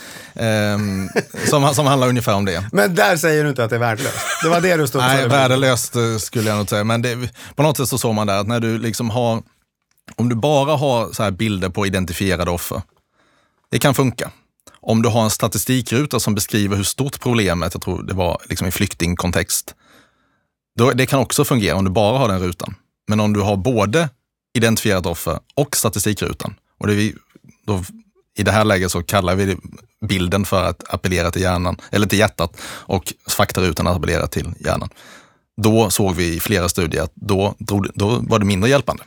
som, som handlar ungefär om det. Men där säger du inte att det är värdelöst. Det var det du stod för. Nej, värdelöst skulle jag nog säga. Men det, på något sätt så såg man där att när du liksom har, om du bara har så här bilder på identifierade offer, det kan funka. Om du har en statistikruta som beskriver hur stort problemet, jag tror det var liksom i flyktingkontext, då, det kan också fungera om du bara har den rutan. Men om du har både identifierat offer och statistikrutan, och det vi, då, i det här läget så kallar vi bilden för att appellera till hjärnan, eller till hjärtat, och faktarutan att appellera till hjärnan. Då såg vi i flera studier att då, då var det mindre hjälpande.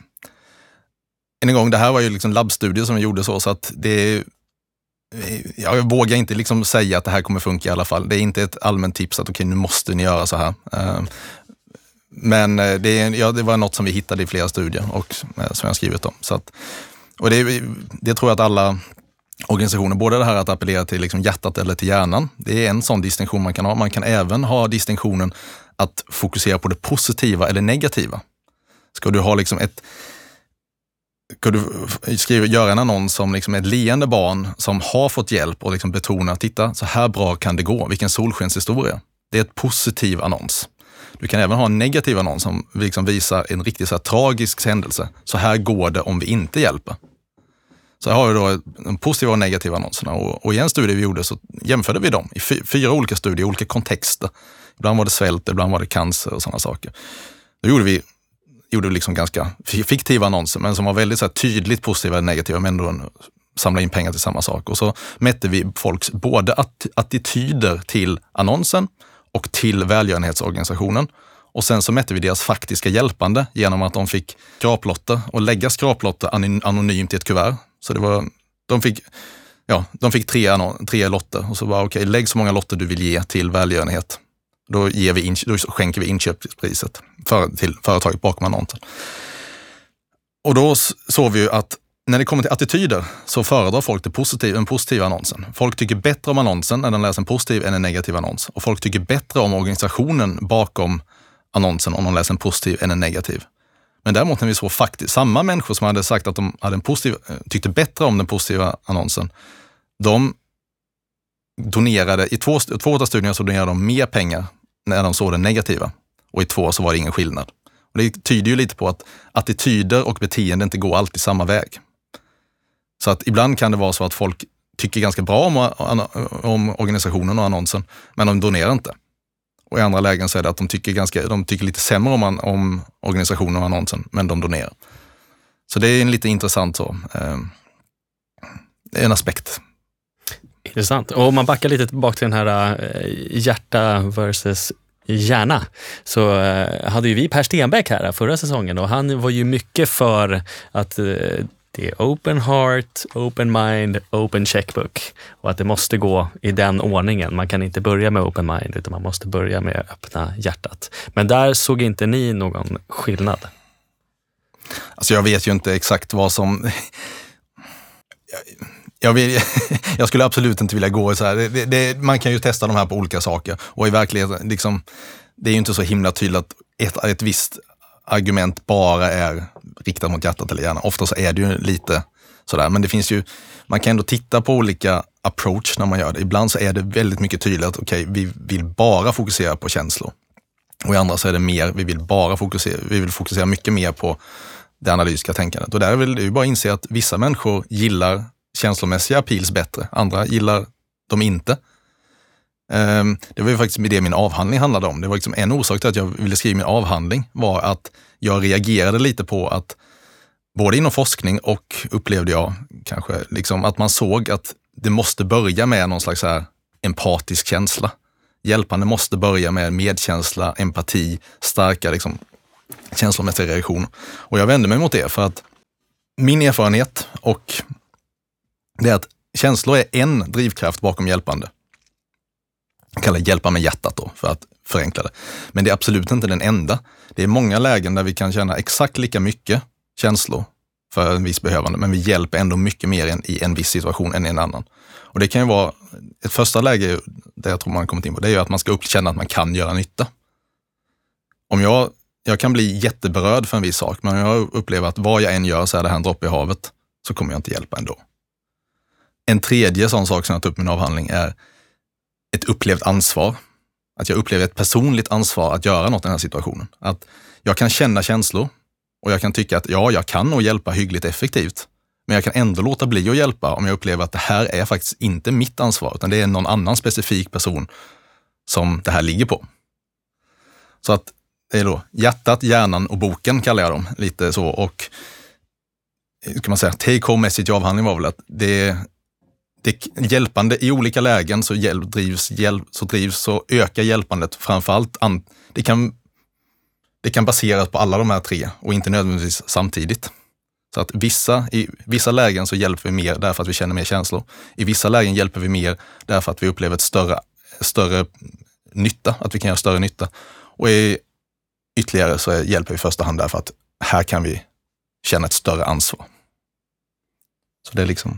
En gång, det här var ju liksom labbstudier som vi gjorde så, så att det, jag vågar inte liksom säga att det här kommer funka i alla fall. Det är inte ett allmänt tips att okej, nu måste ni göra så här. Men det, ja, det var något som vi hittade i flera studier och som jag skrivit om. Så att, och det, det tror jag att alla organisationer, både det här att appellera till liksom hjärtat eller till hjärnan, det är en sån distinktion man kan ha. Man kan även ha distinktionen att fokusera på det positiva eller negativa. Ska du ha liksom ett Ska du skriva, göra en annons som liksom ett leende barn som har fått hjälp och liksom betona, titta, så här bra kan det gå, vilken solskenshistoria. Det är ett positiv annons. Du kan även ha en negativ annons som liksom visar en riktigt så här tragisk händelse. Så här går det om vi inte hjälper. Så här har vi då de positiva och negativa annonserna. Och, och i en studie vi gjorde så jämförde vi dem i fy, fyra olika studier, olika kontexter. Ibland var det svält, ibland var det cancer och sådana saker. Då gjorde vi gjorde liksom ganska fiktiva annonser, men som var väldigt så här tydligt positiva och negativa, men då samla in pengar till samma sak. Och så mätte vi folks både att, attityder till annonsen och till välgörenhetsorganisationen. Och sen så mätte vi deras faktiska hjälpande genom att de fick skraplotter och lägga skraplotter anonymt i ett kuvert. Så det var, de fick, ja, de fick tre, tre lotter och så var okej, okay, lägg så många lotter du vill ge till välgörenhet. Då, ger vi in, då skänker vi inköpspriset för, till företaget bakom annonsen. Och då såg vi ju att när det kommer till attityder så föredrar folk det positiv, den positiva annonsen. Folk tycker bättre om annonsen när de läser en positiv än en negativ annons. Och folk tycker bättre om organisationen bakom annonsen om de läser en positiv än en negativ. Men däremot när vi såg faktiskt samma människor som hade sagt att de hade en positiv, tyckte bättre om den positiva annonsen, de donerade, i två, två av studierna så donerade de mer pengar när de såg den negativa. Och i två så var det ingen skillnad. Och det tyder ju lite på att attityder och beteende inte går alltid samma väg. Så att ibland kan det vara så att folk tycker ganska bra om, om organisationen och annonsen, men de donerar inte. Och i andra lägen så är det att de tycker, ganska, de tycker lite sämre om, om organisationen och annonsen, men de donerar. Så det är en lite intressant så, eh, en aspekt. Intressant. Och om man backar lite tillbaka till den här äh, hjärta versus hjärna, så äh, hade ju vi Per Stenbeck här förra säsongen, och han var ju mycket för att äh, Det är open heart, open mind, open checkbook. Och att det måste gå i den ordningen. Man kan inte börja med open mind utan man måste börja med öppna hjärtat. Men där såg inte ni någon skillnad? Alltså jag vet ju inte exakt vad som... Jag, vill, jag skulle absolut inte vilja gå så här. Det, det, man kan ju testa de här på olika saker. Och i verkligheten, liksom, det är ju inte så himla tydligt att ett, ett visst argument bara är riktat mot hjärtat eller hjärnan. Ofta så är det ju lite sådär. Men det finns ju, man kan ändå titta på olika approach när man gör det. Ibland så är det väldigt mycket tydligt att okej, okay, vi vill bara fokusera på känslor. Och i andra så är det mer, vi vill bara fokusera, vi vill fokusera mycket mer på det analytiska tänkandet. Och där vill du bara inse att vissa människor gillar känslomässiga appeals bättre. Andra gillar dem inte. Um, det var ju faktiskt det min avhandling handlade om. Det var liksom en orsak till att jag ville skriva min avhandling var att jag reagerade lite på att både inom forskning och upplevde jag kanske liksom att man såg att det måste börja med någon slags här empatisk känsla. Hjälpande måste börja med medkänsla, empati, starka liksom känslomässiga reaktioner. Och jag vände mig mot det för att min erfarenhet och det är att känslor är en drivkraft bakom hjälpande. Jag kallar det hjälpa med hjärtat då för att förenkla det. Men det är absolut inte den enda. Det är många lägen där vi kan känna exakt lika mycket känslor för en viss behövande, men vi hjälper ändå mycket mer i en viss situation än i en annan. Och det kan ju vara, ett första läge där jag tror man har kommit in på, det är ju att man ska känna att man kan göra nytta. Om jag, jag kan bli jätteberörd för en viss sak, men om jag upplever att vad jag än gör så är det här en droppe i havet, så kommer jag inte hjälpa ändå. En tredje sån sak som jag tar upp i min avhandling är ett upplevt ansvar. Att jag upplever ett personligt ansvar att göra något i den här situationen. Att jag kan känna känslor och jag kan tycka att ja, jag kan nog hjälpa hyggligt effektivt. Men jag kan ändå låta bli att hjälpa om jag upplever att det här är faktiskt inte mitt ansvar, utan det är någon annan specifik person som det här ligger på. Så att det är då hjärtat, hjärnan och boken kallar jag dem lite så. Och ska man säga, take home message i avhandling var väl att det Det hjälpande i olika lägen så hjälp, drivs, hjälp, så drivs så ökar hjälpandet framförallt. An, det, kan, det kan baseras på alla de här tre och inte nödvändigtvis samtidigt. Så att vissa, i vissa lägen så hjälper vi mer därför att vi känner mer känslor. I vissa lägen hjälper vi mer därför att vi upplever ett större, större nytta, att vi kan göra större nytta. Och i ytterligare så hjälper vi i första hand därför att här kan vi känna ett större ansvar. Så det är liksom...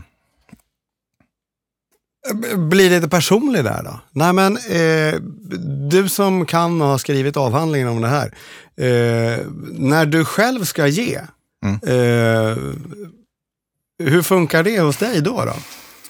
Blir lite personlig där då? Nej men, eh, du som kan och har skrivit avhandlingen om det här. Eh, när du själv ska ge, mm. eh, hur funkar det hos dig då då?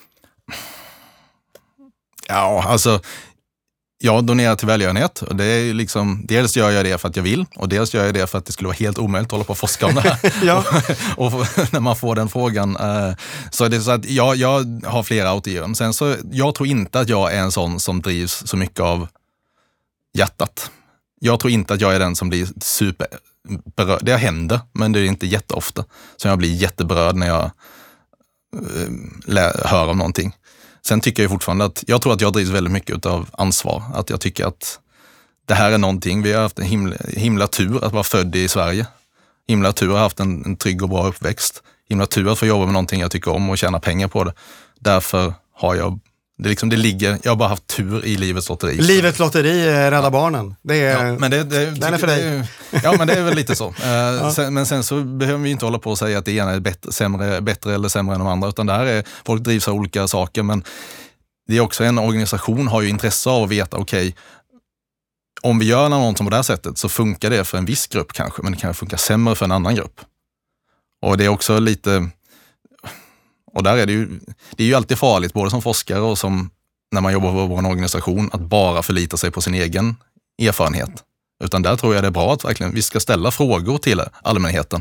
Ja, alltså jag donerar till välgörenhet och det är liksom, dels gör jag det för att jag vill och dels gör jag det för att det skulle vara helt omöjligt att hålla på och forska om det här. Ja. och, och när man får den frågan eh, så är det så att jag, jag har flera autogiron. Sen så, jag tror inte att jag är en sån som drivs så mycket av hjärtat. Jag tror inte att jag är den som blir superberörd. Det händer, men det är inte jätteofta. Så jag blir jätteberörd när jag eh, lä- hör om någonting. Sen tycker jag fortfarande att, jag tror att jag drivs väldigt mycket av ansvar. Att jag tycker att det här är någonting, vi har haft en himla, himla tur att vara född i Sverige. Himla tur att ha haft en, en trygg och bra uppväxt. Himla tur att få jobba med någonting jag tycker om och tjäna pengar på det. Därför har jag, det, liksom, det ligger, jag har bara haft tur i livets lotteri. Livets lotteri, Rädda ja. Barnen. Det är, ja, men det, det, den är för dig. Det, ja, men det är väl lite så. Uh, ja. sen, men sen så behöver vi inte hålla på och säga att det ena är bättre, sämre, bättre eller sämre än de andra. Utan det här är, folk drivs av olika saker. Men det är också en organisation har ju intresse av att veta, okej, okay, om vi gör något på det här sättet så funkar det för en viss grupp kanske, men det kan funka sämre för en annan grupp. Och det är också lite, och där är det ju, det är ju alltid farligt både som forskare och som när man jobbar på vår organisation att bara förlita sig på sin egen erfarenhet. Utan där tror jag det är bra att verkligen vi ska ställa frågor till allmänheten.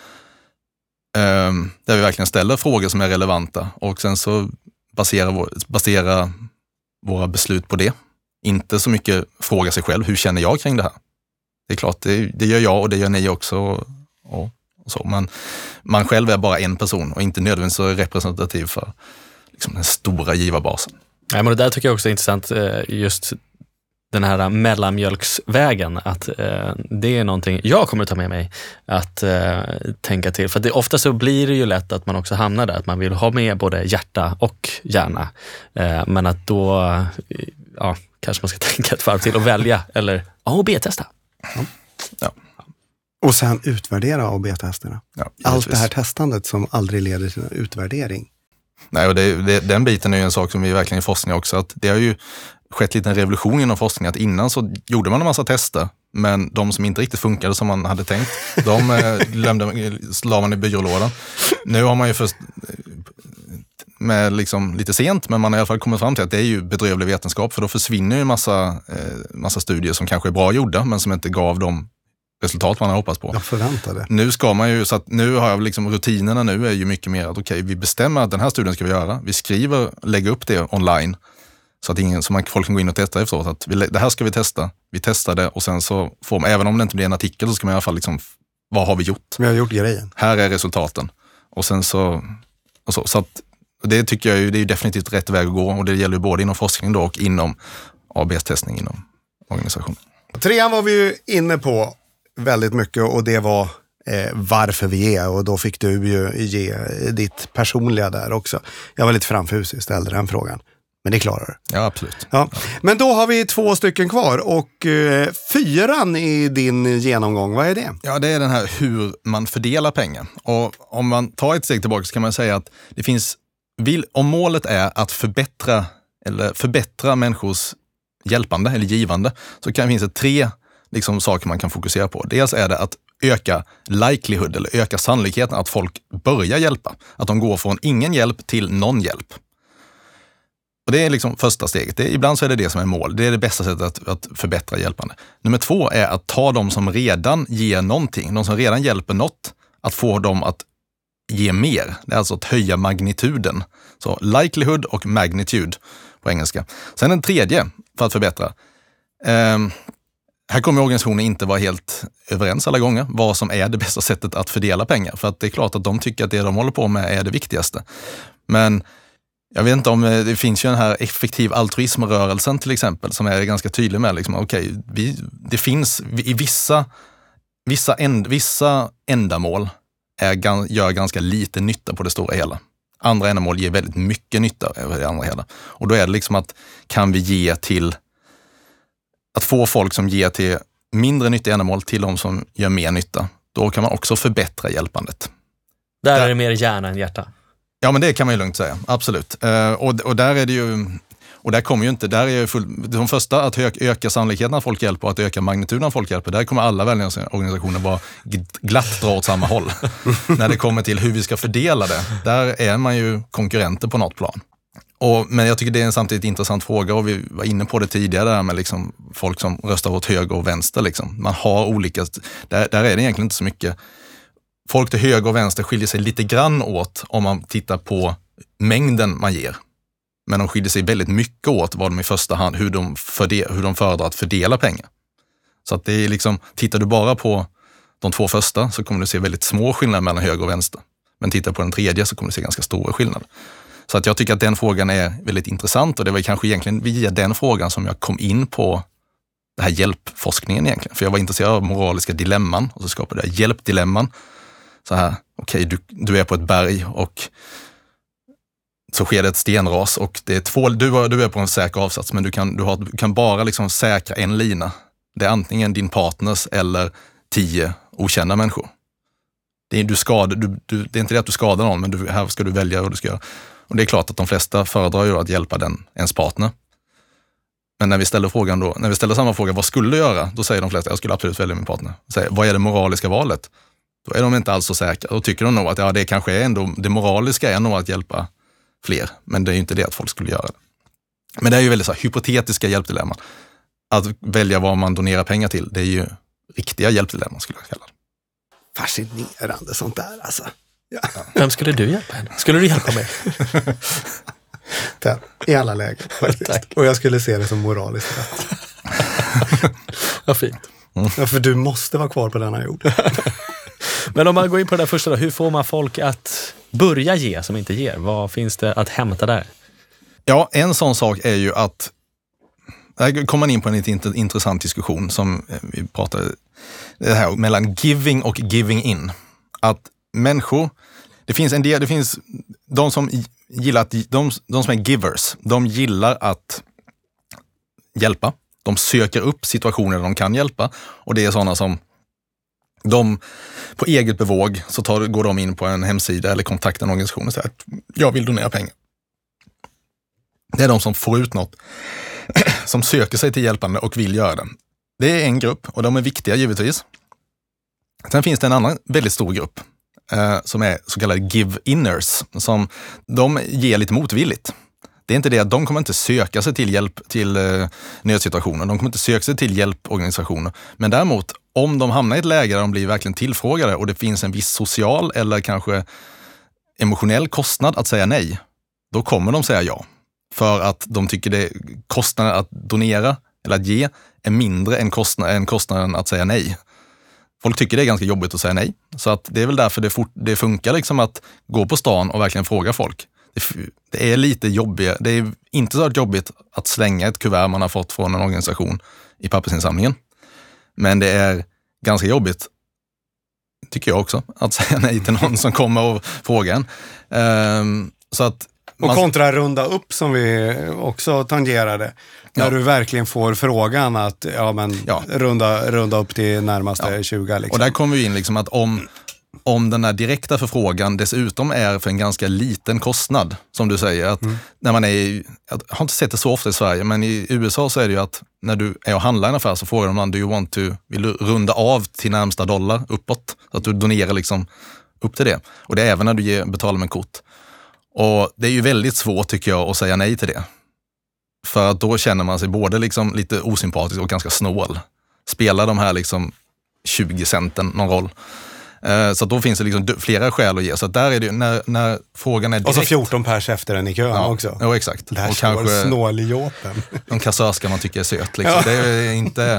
Um, där vi verkligen ställer frågor som är relevanta och sen så basera, vår, basera våra beslut på det. Inte så mycket fråga sig själv, hur känner jag kring det här? Det är klart, det, det gör jag och det gör ni också. Och, och så. Men man själv är bara en person och inte nödvändigtvis så representativ för liksom, den stora givarbasen. Ja, men det där tycker jag också är intressant, just den här mellanmjölksvägen, att eh, det är någonting jag kommer att ta med mig att eh, tänka till. För det, ofta så blir det ju lätt att man också hamnar där, att man vill ha med både hjärta och hjärna. Eh, men att då ja, kanske man ska tänka ett varv till och välja, eller A och B-testa. Ja. Ja. Och sen utvärdera A och B-testerna. Ja, allt det här testandet som aldrig leder till en utvärdering. Nej, och det, det, den biten är ju en sak som vi verkligen i forskning också, att det har ju skett lite en revolution inom forskning, att innan så gjorde man en massa tester, men de som inte riktigt funkade som man hade tänkt, de eh, lämnade, la man i byrålådan. Nu har man ju först med liksom lite sent, men man har i alla fall kommit fram till att det är ju bedrövlig vetenskap, för då försvinner ju en massa, eh, massa studier som kanske är bra gjorda, men som inte gav de resultat man har hoppats på. Jag förväntade. Nu ska man ju, så att nu har jag liksom rutinerna nu är ju mycket mer att okej, okay, vi bestämmer att den här studien ska vi göra. Vi skriver, lägger upp det online så att ingen, så man, folk kan gå in och testa efteråt. Att vi, det här ska vi testa. Vi testar det och sen så får man, även om det inte blir en artikel, så ska man i alla fall liksom, vad har vi gjort? Vi har gjort grejen. Här är resultaten. Och sen så, och så, så att det tycker jag ju, det är ju definitivt rätt väg att gå, och det gäller ju både inom forskning då och inom A B S-testning inom organisationen. Trean var vi ju inne på väldigt mycket, och det var eh, varför vi är, och då fick du ju ge ditt personliga där också. Jag var lite framfusig, ställde den frågan. Men det klarar du. Ja, absolut. Ja. Men då har vi två stycken kvar, och eh, fyran i din genomgång, vad är det? Ja, det är den här hur man fördelar pengar. Och om man tar ett steg tillbaka så kan man säga att det finns, om målet är att förbättra eller förbättra människors hjälpande eller givande, så kan det finnas tre liksom saker man kan fokusera på. Dels är det att öka likelihood, eller öka sannolikheten att folk börjar hjälpa. Att de går från ingen hjälp till någon hjälp. Och det är liksom första steget. Det, ibland så är det det som är mål. Det är det bästa sättet att, att förbättra hjälpande. Nummer två är att ta de som redan ger någonting, de som redan hjälper något, att få dem att ge mer. Det är alltså att höja magnituden. Så likelihood och magnitude på engelska. Sen en tredje för att förbättra. Um, Här kommer organisationen inte vara helt överens alla gånger vad som är det bästa sättet att fördela pengar. För att det är klart att de tycker att det de håller på med är det viktigaste. Men jag vet inte om det finns ju den här effektiv altruismrörelsen till exempel, som är ganska tydlig med liksom, okej, vi, det finns i vissa, vissa, änd, vissa ändamål är, gör ganska lite nytta på det stora hela. Andra ändamål ger väldigt mycket nytta över det andra hela. Och då är det liksom att kan vi ge till att få folk som ger till mindre nyttiga ändamål till de som gör mer nytta, då kan man också förbättra hjälpandet. Där, där är det mer hjärna än hjärta. Ja, men det kan man ju lugnt säga, absolut. Uh, och, och där är det ju, och där kommer ju inte, där är ju full, de första att öka sannolikheten att folk hjälper och att öka magnituden av folk hjälper, där kommer alla väljarorganisationer bara glatt dra åt samma håll. När det kommer till hur vi ska fördela det, där är man ju konkurrenter på något plan. Och, men jag tycker det är en samtidigt intressant fråga, och vi var inne på det tidigare där med liksom folk som röstar åt höger och vänster. Liksom. Man har olika, där, där är det egentligen inte så mycket. Folk till höger och vänster skiljer sig lite grann åt om man tittar på mängden man ger. Men de skiljer sig väldigt mycket åt vad de i första hand, hur de, förde, hur de föredrar att fördela pengar. Så att det är liksom, tittar du bara på de två första så kommer du se väldigt små skillnader mellan höger och vänster. Men tittar du på den tredje så kommer du se ganska stora skillnader. Så att jag tycker att den frågan är väldigt intressant, och det var kanske egentligen via den frågan som jag kom in på det här hjälpforskningen egentligen. För jag var intresserad av moraliska dilemman, och så skapade jag hjälpdilemman. Så här, okej, okay, du, du är på ett berg och så sker det ett stenras, och det är två, du, du är på en säker avsats, men du kan, du har, du kan bara liksom säkra en lina. Det är antingen din partners eller tio okända människor. Det är, du skadar, du, du, det är inte det att du skadar någon, men du, här ska du välja vad du ska göra. Och det är klart att de flesta föredrar ju att hjälpa den, ens partner. Men när vi ställer frågan då, när vi ställer samma fråga, vad skulle du göra? Då säger de flesta, jag skulle absolut välja min partner. Säger, vad är det moraliska valet? Då är de inte alls så säkra. Då tycker de nog att ja, det kanske är ändå, det moraliska är nog att hjälpa fler. Men det är ju inte det att folk skulle göra det. Men det är ju väldigt så här, hypotetiska hjälpdilemman. Att välja vad man donerar pengar till, det är ju riktiga hjälpdilemman skulle jag kalla det. Fascinerande sånt där alltså. Ja. Vem skulle du hjälpa henne? Skulle du hjälpa mig? Den, i alla lägen faktiskt. Tack. Och jag skulle se det som moraliskt rätt. Vad fint. Mm. Ja, för du måste vara kvar på denna jord. Men om man går in på det där första då, hur får man folk att börja ge som inte ger? Vad finns det att hämta där? Ja, en sån sak är ju att Här kommer man in på en lite intressant diskussion som vi pratade det här mellan giving och giving in. Att människor, det finns en del, det finns de som gillar att, de, de som är givers, de gillar att hjälpa. De söker upp situationer där de kan hjälpa, och det är sådana som de på eget bevåg så tar, går de in på en hemsida eller kontaktar en organisation och säger att jag vill donera pengar. Det är de som får ut något, som söker sig till hjälpande och vill göra det. Det är en grupp och de är viktiga givetvis. Sen finns det en annan väldigt stor grupp eh, som är så kallade give-inners, som de ger lite motvilligt. Det är inte det att de kommer inte söka sig till hjälp till eh, nödsituationer. De kommer inte söka sig till hjälporganisationer. Men däremot, om de hamnar i ett läge där de blir verkligen tillfrågade och det finns en viss social eller kanske emotionell kostnad att säga nej, då kommer de säga ja. För att de tycker det kostnaden att donera eller att ge är mindre än, kostnad, än kostnaden att säga nej. Folk tycker det är ganska jobbigt att säga nej. Så att det är väl därför det, fort, det funkar liksom att gå på stan och verkligen fråga folk. Det, det är lite jobbigt. Det är inte så jobbigt att slänga ett kuvert man har fått från en organisation i pappersinsamlingen. Men det är ganska jobbigt, tycker jag också, att säga nej till någon som kommer och frågar en. Um, så att Och man... kontra runda upp som vi också tangerade. När ja. du verkligen får frågan att ja, men, ja. Runda, runda upp till närmaste ja. tjugo. Liksom. Och där kommer vi in liksom att om, om den här direkta förfrågan dessutom är för en ganska liten kostnad, som du säger. Att mm. när man är i, jag har inte sett det så ofta i Sverige, men i U S A så är det ju att när du är och handlar i en affär så frågar de, do you want to, vill du runda av till närmsta dollar uppåt? Så att du donerar liksom upp till det. Och det är även när du ger, betalar med kort. Och det är ju väldigt svårt tycker jag att säga nej till det. För att då känner man sig både liksom lite osympatisk och ganska snål. Spelar de här liksom tjugo centen någon roll? Så då finns det liksom flera skäl att ge. Så där är det ju, när, när frågan är direkt... Och så fjorton pers efter den i kön ja, också. Ja, exakt. Det här och kanske snåljåpen. De kassörska man tycker är söt. Liksom. Ja. Det är inte...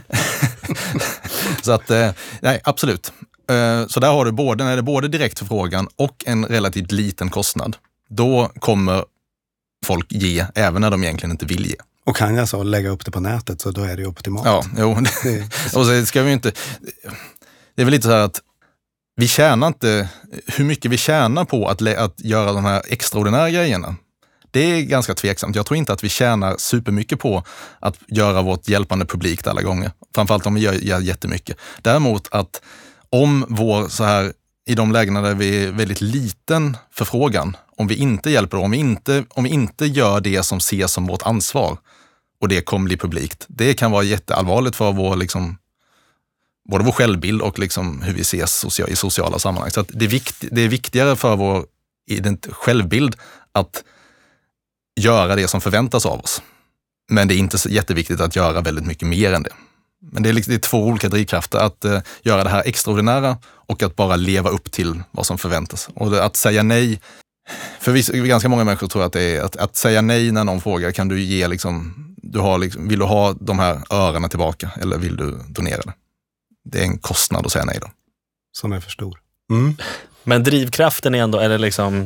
Så att, nej, absolut. Så där har du både, när det är både direkt förfrågan och en relativt liten kostnad. Då kommer folk ge, även när de egentligen inte vill ge. Och kan jag så lägga upp det på nätet så då är det ju optimalt. Ja, jo. Och så ska vi inte... Det är väl lite så här att vi tjänar inte... Hur mycket vi tjänar på att, att göra de här extraordinära grejerna, det är ganska tveksamt. Jag tror inte att vi tjänar supermycket på att göra vårt hjälpande publikt alla gånger. Framförallt om vi gör, gör jättemycket. Däremot att om vår så här, i de lägena där vi är väldigt liten förfrågan, om vi inte hjälper, om vi inte, om vi inte gör det som ses som vårt ansvar och det kommer bli publikt, det kan vara jätteallvarligt för vår, liksom, både vår självbild och liksom hur vi ses socia- i sociala sammanhang. Så att det, är vikt, det är viktigare för vår ident- självbild att göra det som förväntas av oss. Men det är inte så jätteviktigt att göra väldigt mycket mer än det. Men det är, liksom, det är två olika drivkrafter, att uh, göra det här extraordinära och att bara leva upp till vad som förväntas. Och det, att säga nej, för vi, ganska många människor tror att det är att, att säga nej när någon frågar, kan du ge liksom, du har liksom, vill du ha de här öronen tillbaka eller vill du donera det? Det är en kostnad att säga nej då. Som är för stor. Mm. Men drivkraften är ändå, är det liksom,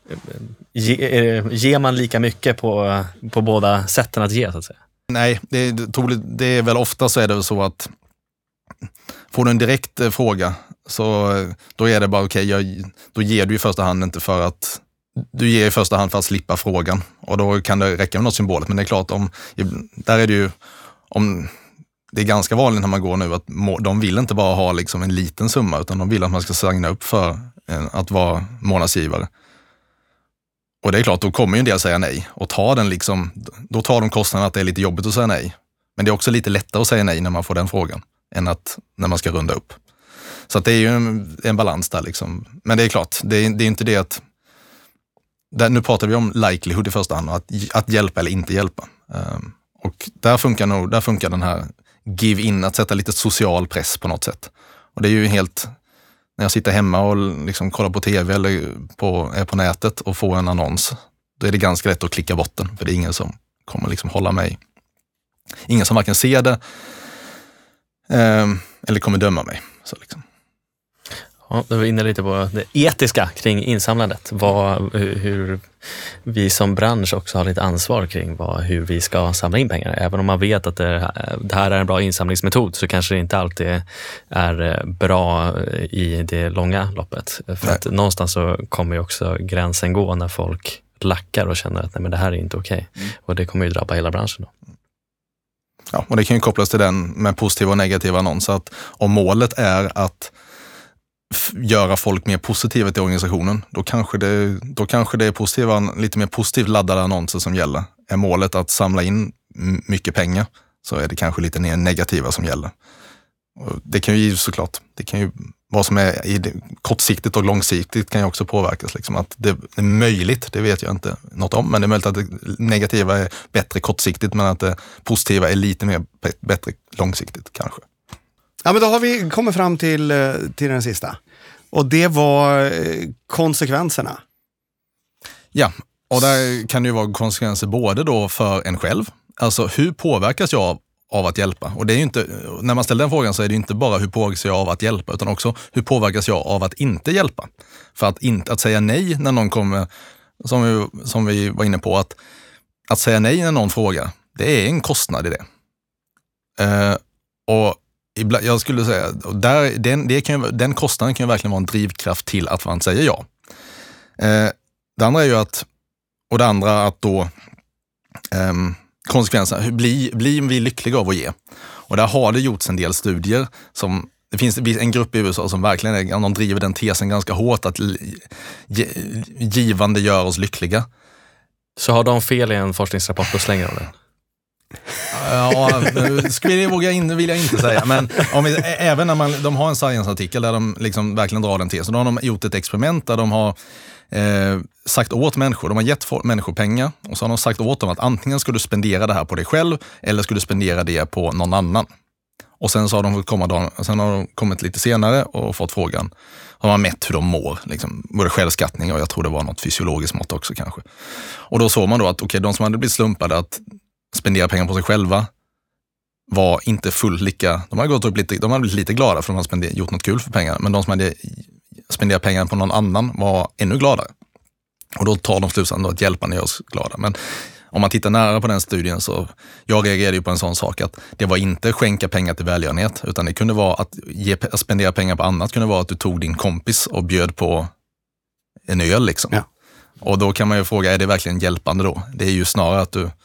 ge, är, ger man lika mycket på, på båda sätten att ge så att säga? Nej, det är, det är väl ofta så är det så att får du en direkt fråga så då är det bara okej, okay, då ger du i första hand inte för att du ger i första hand för att slippa frågan och då kan det räcka med något symboliskt, men det är klart om där är det ju om det är ganska vanligt när man går nu att de vill inte bara ha liksom en liten summa utan de vill att man ska signa upp för att vara månadsgivare. Och det är klart, då kommer ju en del säga nej och tar den liksom, då tar de kostnaden att det är lite jobbigt att säga nej. Men det är också lite lättare att säga nej när man får den frågan än att när man ska runda upp. Så att det är ju en, en balans där liksom. Men det är klart, det är, det är inte det att där, nu pratar vi om likelihood i första hand, att, att hjälpa eller inte hjälpa. Um, och där funkar nog, där funkar den här give in, att sätta lite social press på något sätt. Och det är ju helt, när jag sitter hemma och liksom kollar på tv eller på, är på nätet och får en annons, då är det ganska lätt att klicka bort den, för det är ingen som kommer liksom hålla mig. Ingen som varken ser det um, eller kommer döma mig. Så liksom. Ja, då är vi inne lite på det etiska kring insamlandet. Vad, hur vi som bransch också har lite ansvar kring vad, hur vi ska samla in pengar. Även om man vet att det, det här är en bra insamlingsmetod så kanske det inte alltid är bra i det långa loppet. För att någonstans så kommer ju också gränsen gå när folk lackar och känner att nej, men det här är inte okej. Okay. Mm. Och det kommer ju drabba hela branschen då. Ja, och det kan ju kopplas till den med positiva och negativa annonser. Att om målet är att f- göra folk mer positiva till organisationen, då kanske det, då kanske det är positiva, lite mer positivt laddade annonser som gäller. Är målet att samla in m- mycket pengar, så är det kanske lite mer negativa som gäller. Och det kan ju såklart, det kan ju vad som är i det, kortsiktigt och långsiktigt kan ju också påverkas. Liksom. Att det är möjligt, det vet jag inte något om, men det är möjligt att det negativa är bättre kortsiktigt, men att det positiva är lite mer bättre långsiktigt kanske. Ja, men då har vi kommit fram till, till den sista. Och det var konsekvenserna. Ja, och där kan det ju vara konsekvenser både då för en själv. Alltså hur påverkas jag av av att hjälpa? Och det är ju inte, när man ställer den frågan så är det inte bara hur påverkas jag av att hjälpa, utan också hur påverkas jag av att inte hjälpa? För att, inte, att säga nej när någon kommer, som vi, som vi var inne på, att, att säga nej när någon frågar, det är en kostnad i det. Uh, och ibland, jag skulle säga, där, den, det kan ju, den kostnaden kan ju verkligen vara en drivkraft till att man säger ja. Uh, det andra är ju att, och det andra att då um, konsekvenserna, hur blir, blir vi lyckliga av att ge? Och där har det gjorts en del studier som, det finns en grupp i U S A som verkligen är, de driver den tesen ganska hårt att givande gör oss lyckliga. Så har de fel i en forskningsrapport och slänger de den? Ja, skulle jag våga in, vill jag inte säga. Men om vi, även när man, de har en science-artikel där de liksom verkligen drar den tesen. Då har de gjort ett experiment där de har Eh, sagt åt människor, de har gett människor pengar och så har de sagt åt dem att antingen ska du spendera det här på dig själv eller ska du spendera det på någon annan. Och sen så har de fått komma dagen, sen har de kommit lite senare och fått frågan, har man mätt hur de mår, liksom, både självskattning och jag tror det var något fysiologiskt mått också kanske. Och då såg man då att okej, okay, de som hade blivit slumpade att spendera pengar på sig själva var inte fullt lika, de hade gått upp lite, de hade blivit lite glada för att de hade gjort något kul för pengar, men de som hade spendera pengar på någon annan var ännu gladare. Och då tar de slutsatsen då att hjälparna gör oss glada. Men om man tittar nära på den studien så, jag reagerade ju på en sån sak att det var inte skänka pengar till välgörenhet, utan det kunde vara att, ge, att spendera pengar på annat kunde vara att du tog din kompis och bjöd på en öl liksom. Ja. Och då kan man ju fråga, är det verkligen hjälpande då? Det är ju snarare att du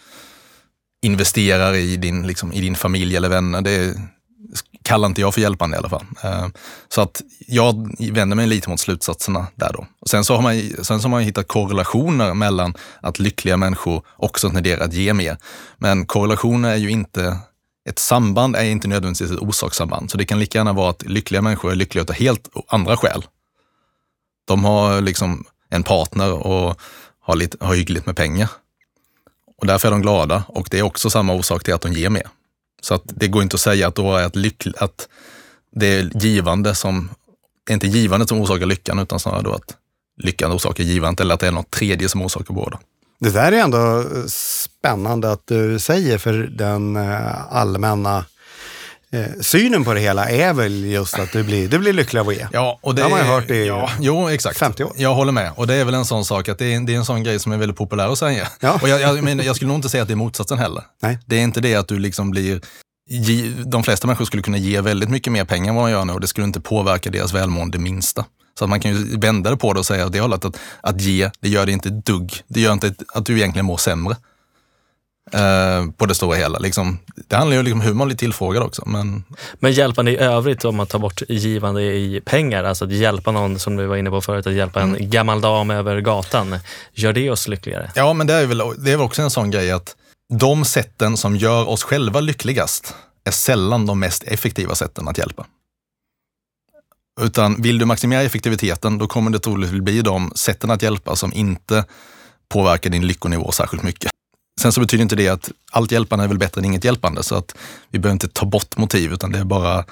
investerar i din, liksom, i din familj eller vänner. Det är, kallar inte jag för hjälpande i alla fall. Så att jag vänder mig lite mot slutsatserna där då. Och sen så har man, sen så har man hittat korrelationer mellan att lyckliga människor också tenderar att ge mer. Men korrelationer är ju inte, ett samband är inte nödvändigtvis ett orsakssamband. Så det kan lika gärna vara att lyckliga människor är lyckliga av helt andra skäl. De har liksom en partner och har, lite, har hyggligt med pengar. Och därför är de glada. Och det är också samma orsak till att de ger mer. Så att det går inte att säga att, då är att, lyck, att det är givande som, det är inte givandet som orsakar lyckan, utan snarare då att lyckan orsakar givandet, eller att det är något tredje som orsakar båda. Det där är ändå spännande att du säger, för den allmänna eh, synen på det hela är väl just att du blir, du blir lycklig av att ge. Ja, och det har man ju är, hört i ja, jo, exakt. femtio år. Jag håller med. Och det är väl en sån sak att det är, det är en sån grej som är väldigt populär att säga. Ja. Och jag, jag, men jag skulle nog inte säga att det är motsatsen heller. Nej. Det är inte det att du liksom blir, de flesta människor skulle kunna ge väldigt mycket mer pengar än vad man gör nu, och det skulle inte påverka deras välmående det minsta. Så att man kan ju vända det på det och säga att det hållet att, att ge, det gör det inte ett dugg. Det gör inte att du egentligen mår sämre. Uh, på det stora hela. Liksom, det handlar ju liksom om hur man blir tillfrågad också. Men... men hjälpande i övrigt, om man tar bort givande i pengar, alltså att hjälpa någon, som vi var inne på förut, att hjälpa en mm. gammal dam över gatan, gör det oss lyckligare? Ja, men det är väl, det är väl också en sån grej att de sätten som gör oss själva lyckligast är sällan de mest effektiva sätten att hjälpa. Utan vill du maximera effektiviteten, då kommer det troligtvis bli de sätten att hjälpa som inte påverkar din lyckonivå särskilt mycket. Sen så betyder inte det att allt hjälpande är väl bättre än inget hjälpande, så att vi behöver inte ta bort motiv, utan det är bara,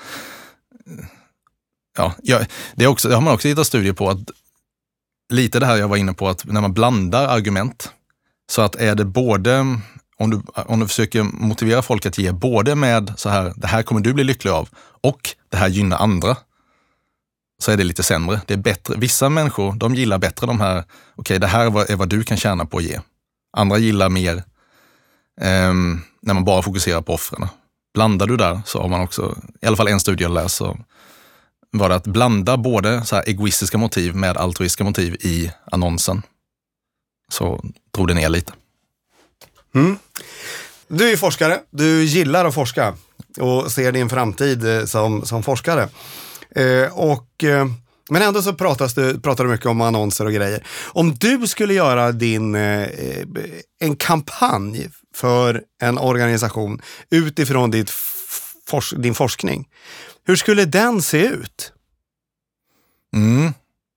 ja, det, är också, det har man också hittat studier på, att lite det här jag var inne på, att när man blandar argument, så att är det både, om du, om du försöker motivera folk att ge både med så här, det här kommer du bli lycklig av, och det här gynnar andra, så är det lite sämre. Det är bättre. Vissa människor, de gillar bättre de här, okej okay, det här är vad, är vad du kan tjäna på att ge. Andra gillar mer eh, när man bara fokuserar på offren. Blandar du där så har man också, i alla fall en studie jag läst, så var det att blanda både så här egoistiska motiv med altruistiska motiv i annonsen. Så drog det ner lite. Mm. Du är forskare, du gillar att forska och ser din framtid som, som forskare. Eh, och, eh, men ändå så pratas du, pratar du mycket om annonser och grejer. Om du skulle göra din, eh, en kampanj för en organisation utifrån ditt fors- din forskning, hur skulle den se ut? Mm.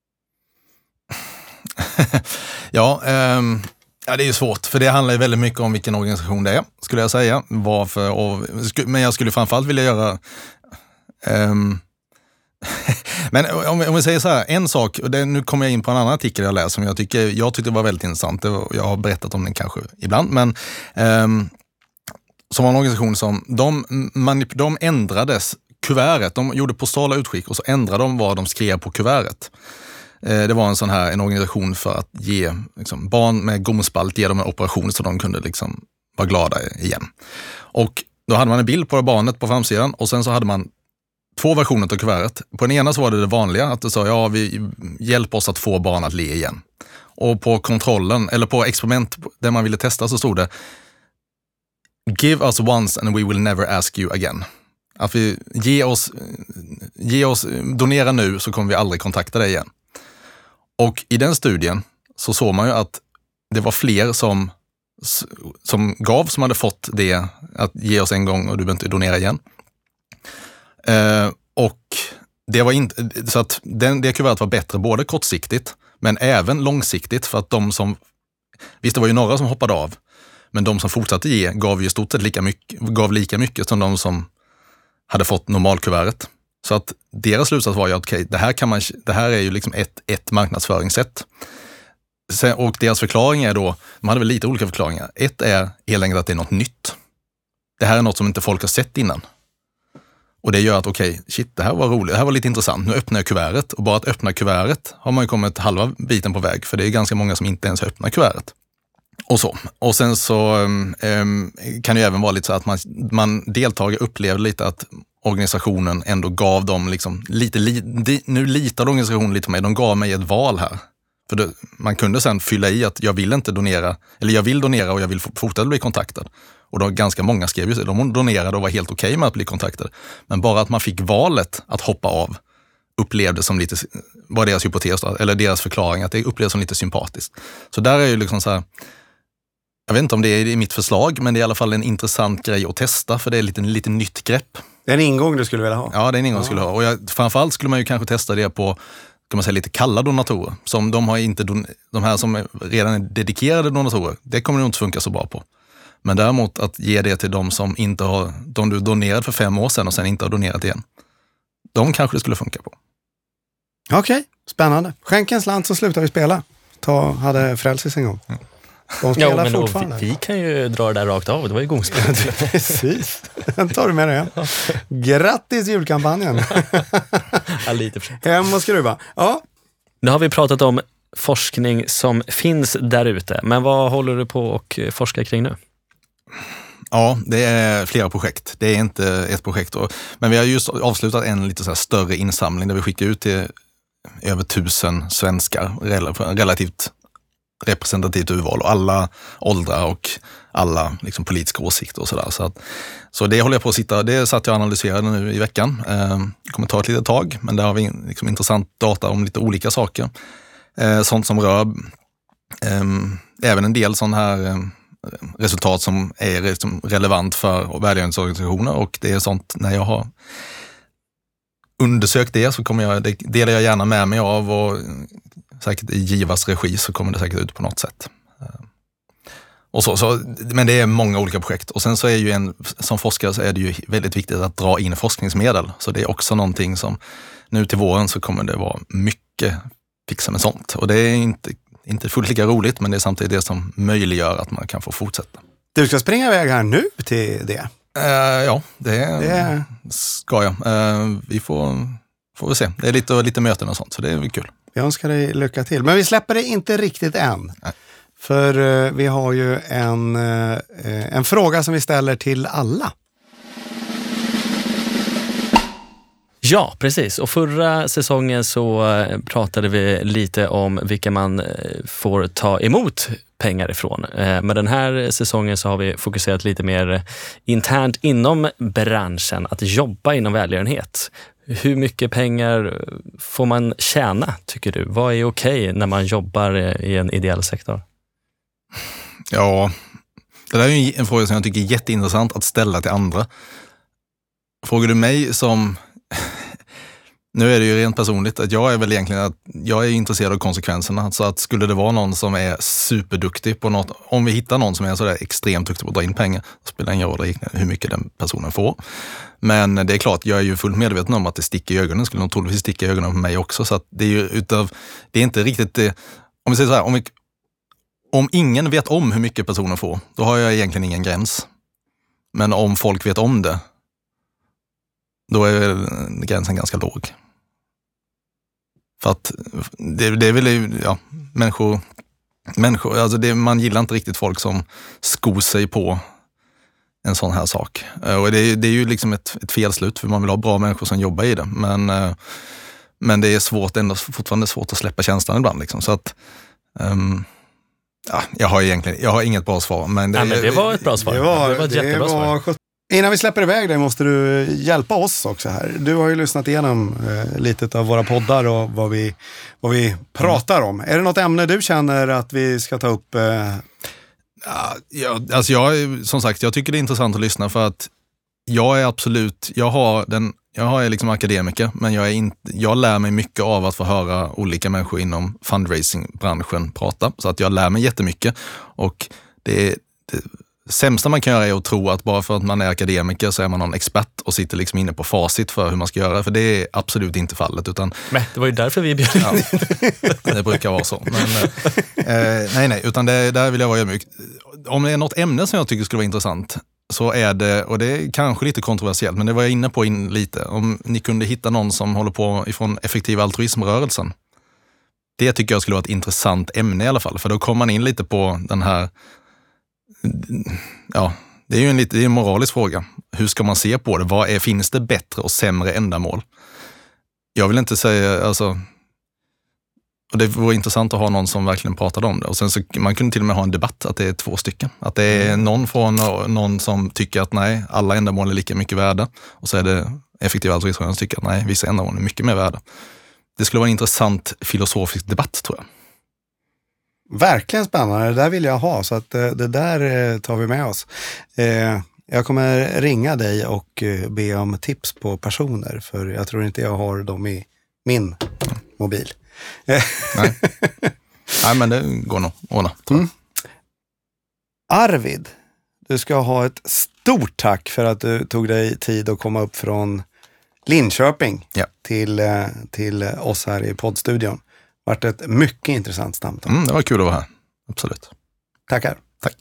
ja, ehm, ja, det är ju svårt. För det handlar ju väldigt mycket om vilken organisation det är, skulle jag säga. Varför, och, men jag skulle framförallt vilja göra... Ehm, men om, om vi säger så här, en sak, och det, nu kommer jag in på en annan artikel jag läste som jag, tycker, jag tyckte var väldigt intressant. Det var, jag har berättat om den kanske ibland, men... Ehm, som var en organisation som... De, man, de ändrades kuvertet. De gjorde postala utskick och så ändrade de vad de skrev på kuvertet. Det var en sån här en organisation för att ge liksom, barn med gomspalt, ge dem en operation så de kunde liksom, vara glada igen. Och då hade man en bild på barnet på framsidan och sen så hade man två versioner av kuvertet. På den ena så var det det vanliga, att det sa ja, vi hjälper oss att få barn att le igen. Och på kontrollen, eller på experiment där man ville testa så stod det give us once and we will never ask you again. Att vi ge oss, ge oss, donera nu så kommer vi aldrig kontakta dig igen. Och i den studien så såg man ju att det var fler som, som gav, som hade fått det att ge oss en gång och du behöver inte donera igen. Eh, och det var inte, så att den, det kuvertet var bättre både kortsiktigt men även långsiktigt, för att de som, visst det var ju några som hoppade av, men de som fortsatte ge gav ju stort sett lika mycket, gav lika mycket som de som hade fått normalkuvertet. Så att deras slutsats var ju att okay, det, här kan man, det här är ju liksom ett, ett marknadsföringssätt. Sen, och deras förklaring är då, de hade väl lite olika förklaringar. Ett är helt enkelt att det är något nytt. Det här är något som inte folk har sett innan. Och det gör att okej, okay, shit, det här var roligt, det här var lite intressant. Nu öppnar jag kuvertet och bara att öppna kuvertet har man ju kommit halva biten på väg, för det är ganska många som inte ens öppnar kuvertet. Och så. Och sen så um, kan det ju även vara lite så att man, man deltagare upplever lite att organisationen ändå gav dem liksom lite, li, nu litar organisationen lite på mig, de gav mig ett val här. För det, man kunde sen fylla i att jag vill inte donera, eller jag vill donera och jag vill fortsätta bli kontaktad. Och då ganska många skrev ju sig, de donerade och var helt okej med att bli kontaktade. Men bara att man fick valet att hoppa av upplevdes som lite, var deras hypotes då, eller deras förklaring, att det upplevdes som lite sympatiskt. Så där är ju liksom så här, jag vet inte om det är i mitt förslag, men det är i alla fall en intressant grej att testa, för det är lite, lite nytt grepp. Det är en ingång du skulle vilja ha? Ja, det är en ingång jag skulle ha. Och jag, framförallt skulle man ju kanske testa det på, kan man säga, lite kalla donatorer. Som de har inte, don, de här som redan är dedikerade donatorer, det kommer nog inte funka så bra på. Men däremot att ge det till de som inte har, de du donerat för fem år sedan och sen inte har donerat igen. De kanske det skulle funka på. Okej, okay, spännande. Skänk en slant så slutar vi spela. Ta, hade Frälsis en gång. Mm. De spelar ja, men fortfarande. Vi, vi kan ju dra det där rakt av. Det var ju gomspel. Precis. Den tar du med dig. Ja. Grattis julkampanjen. Ja, lite för sent. Hem och skruva. Ja. Nu har vi pratat om forskning som finns där ute. Men vad håller du på och forskar kring nu? Ja, det är flera projekt. Det är inte ett projekt. Men vi har just avslutat en lite så här större insamling där vi skickar ut till över tusen svenskar. Relativt representativt urval och alla åldrar och alla liksom, politiska åsikter och sådär. Så, att, så det håller jag på att sitta, det satt jag och analyserade nu i veckan. Eh, kommer ta ett litet tag, men där har vi liksom, intressant data om lite olika saker. Eh, sånt som rör eh, även en del sån här eh, resultat som är liksom, relevant för välgörenhetsorganisationer, och det är sånt när jag har undersökt det så kommer jag, det delar jag gärna med mig av, och säkert i Givas regi så kommer det säkert ut på något sätt. Och så, så, men det är många olika projekt. Och sen så är ju en, som forskare så är det ju väldigt viktigt att dra in forskningsmedel. Så det är också någonting som nu till våren så kommer det vara mycket fixa med sånt. Och det är inte, inte fullt lika roligt, men det är samtidigt det som möjliggör att man kan få fortsätta. Du ska springa iväg här nu till det? Uh, ja, det, det ska jag. Uh, vi får får vi se. Det är lite, lite möten och sånt, så det är kul. Jag önskar dig lycka till. Men vi släpper det inte riktigt än. Nej. För uh, vi har ju en, uh, en fråga som vi ställer till alla. Ja, precis. Och förra säsongen så pratade vi lite om vilka man får ta emot pengar ifrån. Men den här säsongen så har vi fokuserat lite mer internt inom branschen, att jobba inom välgörenhet. Hur mycket pengar får man tjäna, tycker du? Vad är okej när man jobbar i en ideell sektor? Ja, det där är ju en fråga som jag tycker är jätteintressant att ställa till andra. Frågar du mig som... Nu är det ju rent personligt att jag är väl egentligen att jag är intresserad av konsekvenserna. Så att skulle det vara någon som är superduktig på något, om vi hittar någon som är så där extremt duktig på att dra in pengar, så spelar det ingen roll hur mycket den personen får. Men det är klart, jag är ju fullt medveten om att det sticker i ögonen, skulle nog troligtvis sticka i ögonen på mig också. Så att det är ju utav, det är inte riktigt, det, om vi säger så här, om, vi, om ingen vet om hur mycket personen får, då har jag egentligen ingen gräns. Men om folk vet om det, då är gränsen ganska låg. För att det, det är väl, ja, människor, människor alltså det, man gillar inte riktigt folk som skor sig på en sån här sak. Och det, det är ju liksom ett, ett felslut, för man vill ha bra människor som jobbar i det. Men, men det är svårt, ändå fortfarande svårt att släppa känslan ibland. Liksom. Så att, um, ja, jag har egentligen, jag har inget bra svar. Men det, ja, men det var ett bra svar. Det var, det var ett det jättebra var svar. Innan vi släpper iväg dig måste du hjälpa oss också här. Du har ju lyssnat igenom eh, lite av våra poddar och vad vi, vad vi pratar om. Är det något ämne du känner att vi ska ta upp? Eh? Ja, jag, alltså jag, som sagt, jag tycker det är intressant att lyssna, för att jag är absolut, jag har den, jag har liksom akademiker, men jag är inte, jag lär mig mycket av att få höra olika människor inom fundraisingbranschen prata, så att jag lär mig jättemycket. Och det, det sämsta man kan göra är att tro att bara för att man är akademiker så är man någon expert och sitter liksom inne på facit för hur man ska göra, för det är absolut inte fallet. Utan, men det var ju därför vi bjöd in. Ja, det brukar vara så. Men, eh, nej, nej, utan det, där vill jag vara ödmjuk. Om det är något ämne som jag tycker skulle vara intressant, så är det, och det är kanske lite kontroversiellt, men det var jag inne på in lite, om ni kunde hitta någon som håller på ifrån effektiv altruismrörelsen. Det tycker jag skulle vara ett intressant ämne i alla fall, för då kommer man in lite på den här, ja, det är ju en, lite, det är en moralisk fråga. Hur ska man se på det? Vad är, finns det bättre och sämre ändamål? Jag vill inte säga, alltså, och det vore intressant att ha någon som verkligen pratade om det. Och sen så man kunde till och med ha en debatt att det är två stycken. Att det är någon från någon som tycker att nej, alla ändamål är lika mycket värda. Och så är det effektiva altruism som tycker att nej, vissa ändamål är mycket mer värda. Det skulle vara en intressant filosofisk debatt, tror jag. Verkligen spännande, det där vill jag ha, så att det där tar vi med oss. Jag kommer ringa dig och be om tips på personer, för jag tror inte jag har dem i min mobil. Nej, Nej men det går nog att ordna. Mm. Arvid, du ska ha ett stort tack för att du tog dig tid att komma upp från Linköping ja. till, till oss här i poddstudion. Det har varit ett mycket intressant samtal. Mm, det var kul att vara här, absolut. Tackar. Tack.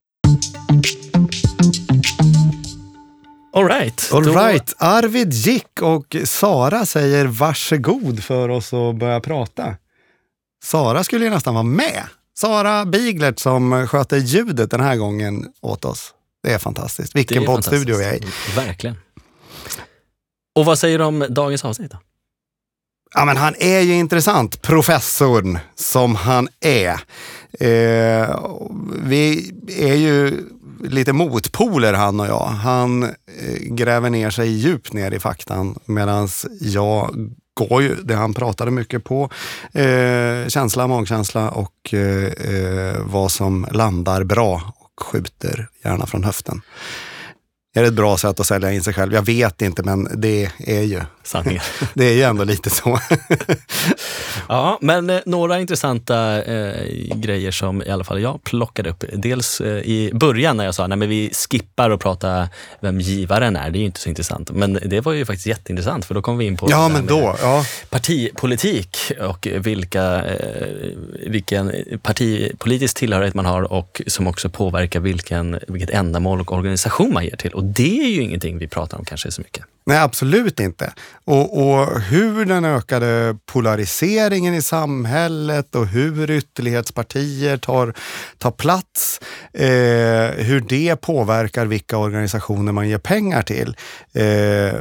All right. All Då... right. Arvid gick och Sara säger varsågod för oss att börja prata. Sara skulle ju nästan vara med. Sara Biglert som sköter ljudet den här gången åt oss. Det är fantastiskt. Vilken poddstudio vi är i. Verkligen. Och vad säger du om dagens avsnitt då? Ja, men han är ju intressant, professorn som han är. Eh, vi är ju lite motpoler, han och jag. Han eh, gräver ner sig djupt ner i faktan, medan jag går ju det han pratade mycket på. Eh, känsla, magkänsla och eh, vad som landar bra och skjuter gärna från höften. Är det ett bra sätt att sälja in sig själv? Jag vet inte, men det är ju sanningen. Det är ju ändå lite så. Ja, men eh, några intressanta eh, grejer som i alla fall jag plockade upp. Dels eh, i början när jag sa, nej men vi skippar och prata vem givaren är. Det är ju inte så intressant. Men det var ju faktiskt jätteintressant, för då kom vi in på ja, men då, ja. partipolitik och vilka, eh, vilken partipolitisk tillhörighet man har och som också påverkar vilken, vilket ändamål och organisation man ger till. Och det är ju ingenting vi pratar om kanske så mycket. Nej, absolut inte. Och, och hur den ökade polariseringen i samhället och hur ytterlighetspartier tar, tar plats, eh, hur det påverkar vilka organisationer man ger pengar till. Eh,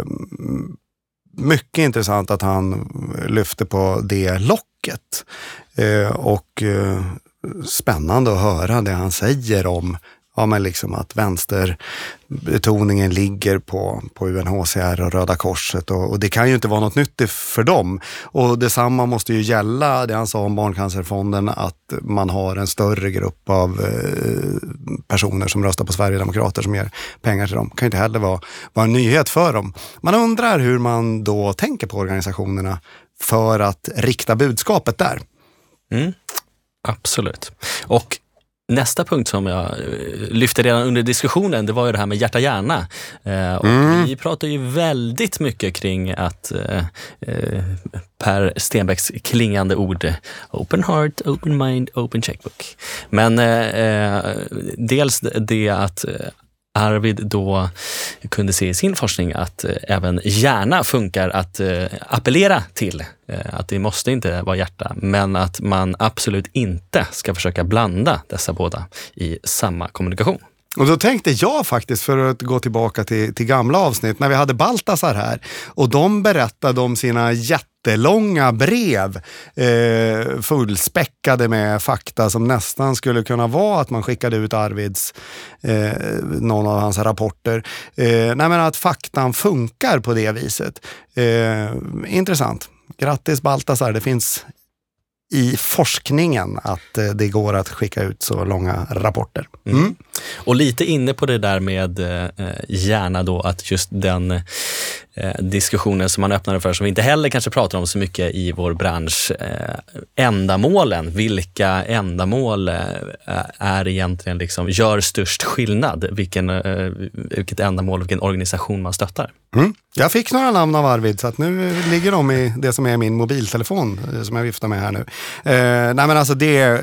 mycket intressant att han lyfter på det locket. Eh, och eh, spännande att höra det han säger om ja, men liksom att vänsterbetoningen ligger på, på U N H C R och Röda Korset och, och det kan ju inte vara något nytt för dem. Och detsamma måste ju gälla det han sa om Barncancerfonden, att man har en större grupp av eh, personer som röstar på Sverigedemokrater som ger pengar till dem. Det kan inte heller vara, vara en nyhet för dem. Man undrar hur man då tänker på organisationerna för att rikta budskapet där. Mm, absolut. Och nästa punkt som jag lyfte redan under diskussionen, det var ju det här med hjärta-hjärna. Eh, och mm. vi pratar ju väldigt mycket kring att eh, Per Stenbecks klingande ord open heart, open mind, open checkbook. Men eh, dels det att Arvid då kunde se i sin forskning att eh, även hjärna funkar att eh, appellera till. Eh, att det måste inte vara hjärta, men att man absolut inte ska försöka blanda dessa båda i samma kommunikation. Och då tänkte jag faktiskt, för att gå tillbaka till, till gamla avsnitt, när vi hade Baltasar här och de berättade om sina jättelånga brev eh, fullspäckade med fakta som nästan skulle kunna vara att man skickade ut Arvids eh, någon av hans rapporter. Eh, nej men att faktan funkar på det viset. Eh, intressant. Grattis Baltasar, det finns i forskningen att det går att skicka ut så långa rapporter. Mm. Mm. Och lite inne på det där med eh, gärna då att just den eh, diskussionen som man öppnade för, som vi inte heller kanske pratar om så mycket i vår bransch, eh, ändamålen. Vilka ändamål eh, är egentligen liksom, gör störst skillnad? Vilken, eh, vilket ändamål, vilken organisation man stöttar? Mm. Jag fick några namn av Arvid, så att nu ligger de i det som är min mobiltelefon som jag viftar med här nu. Eh, nej men alltså det är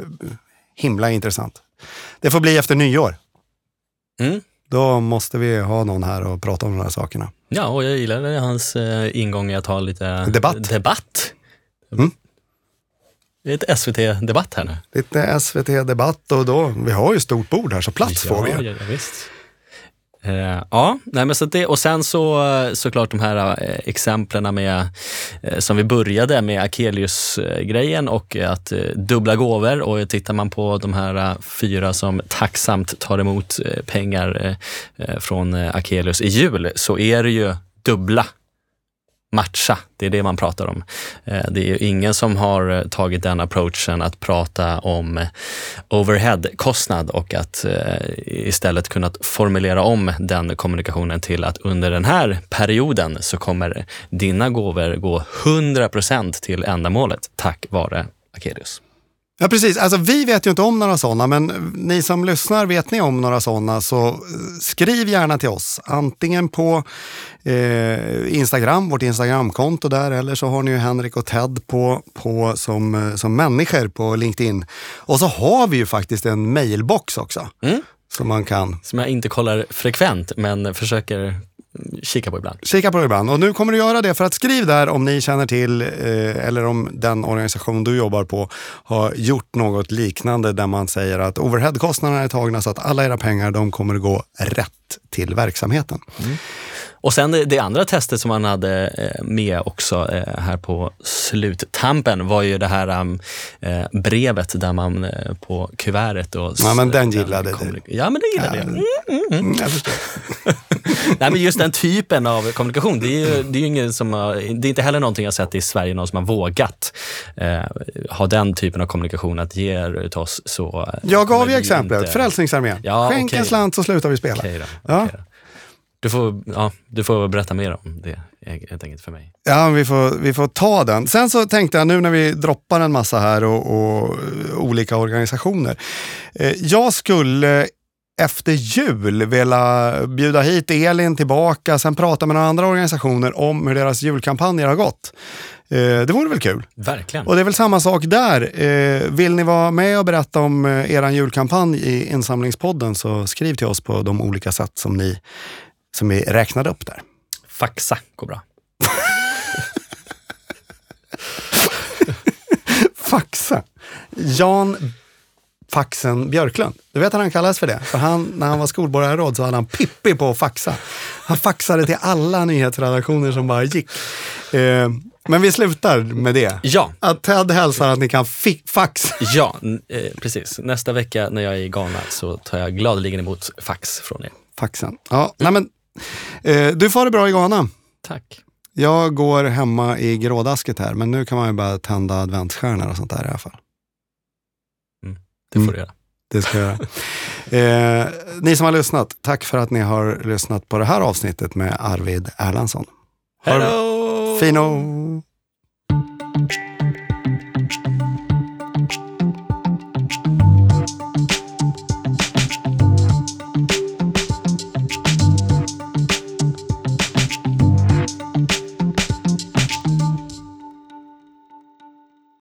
himla intressant. Det får bli efter nyår. Mm. Då måste vi ha någon här och prata om de här sakerna. Ja, och jag gillar hans eh, ingång i att ha lite debatt. debatt. Mm. Det är ett S V T-debatt här nu. Lite S V T-debatt och då, vi har ju stort bord här så plats ja, får vi. Ja, ja, visst. Uh, ja, nej men så det, och sen så såklart de här uh, exemplen med uh, som vi började med Akelius-grejen och att uh, dubbla gåvor, och tittar man på de här uh, fyra som tacksamt tar emot uh, pengar uh, från uh, Akelius i jul, så är det ju dubbla. Matcha, det är det man pratar om. Det är ju ingen som har tagit den approachen att prata om overhead-kostnad och att istället kunnat formulera om den kommunikationen till att under den här perioden så kommer dina gåvor gå hundra procent till ändamålet tack vare Akelius. Ja, precis. Alltså, vi vet ju inte om några sådana, men ni som lyssnar, vet ni om några sådana, så skriv gärna till oss. Antingen på eh, Instagram, vårt Instagramkonto där, eller så har ni ju Henrik och Ted på, på, som, som människor på LinkedIn. Och så har vi ju faktiskt en mailbox också. Mm. Som man kan... Som jag inte kollar frekvent, men försöker... Kika på ibland. Kika på ibland. Och nu kommer du göra det, för att skriv där om ni känner till eh, eller om den organisation du jobbar på har gjort något liknande där man säger att overheadkostnaderna är tagna så att alla era pengar, de kommer att gå rätt till verksamheten. Mm. Och sen det, det andra testet som man hade med också eh, här på sluttampen var ju det här um, eh, brevet där man eh, på kuvertet och... Ja, men den gillade den du. Ja, men det gillade jag. Mm, mm, mm. Jag förstår. Nej, men just den typen av kommunikation, det är ju, det är ju ingen som har, det är inte heller någonting jag sett i Sverige, någon som har vågat eh, ha den typen av kommunikation att ge till oss. Så jag gav ju exemplet, inte... Frälsningsarmén. Ja, skänk okay. en slant så slutar vi spela. Okay då, ja. okay då. Du får, ja, du får berätta mer om det, helt enkelt för mig. Ja, vi får, vi får ta den. Sen så tänkte jag, nu när vi droppar en massa här och, och olika organisationer. Eh, jag skulle efter jul vilja bjuda hit Elin tillbaka, sen prata med några andra organisationer om hur deras julkampanjer har gått. Eh, det vore väl kul. Verkligen. Och det är väl samma sak där. Eh, vill ni vara med och berätta om eh, eran julkampanj i Insamlingspodden, så skriv till oss på de olika sätt som ni som vi räknade upp där. Faxa går bra. Faxa. Jan Faxen Björklund. Du vet att han kallas för det. För han, när han var skolborgarråd så hade han Pippi på att faxa. Han faxade till alla nyhetsredaktioner som bara gick. Eh, men vi slutar med det. Ja. Att Ted hälsar att ni kan fi- fax. Ja, eh, precis. Nästa vecka när jag är i Ghana så tar jag gladeligen emot fax från er. Faxen. Ja, nej men, eh, du får det bra i Ghana. Tack. Jag går hemma i grådasket här, men nu kan man ju bara tända adventsstjärnor och sånt där i alla fall. Det får Mm. du göra. Det ska jag göra. Eh, ni som har lyssnat, tack för att ni har lyssnat på det här avsnittet med Arvid Erlandsson. Hej då! Fino!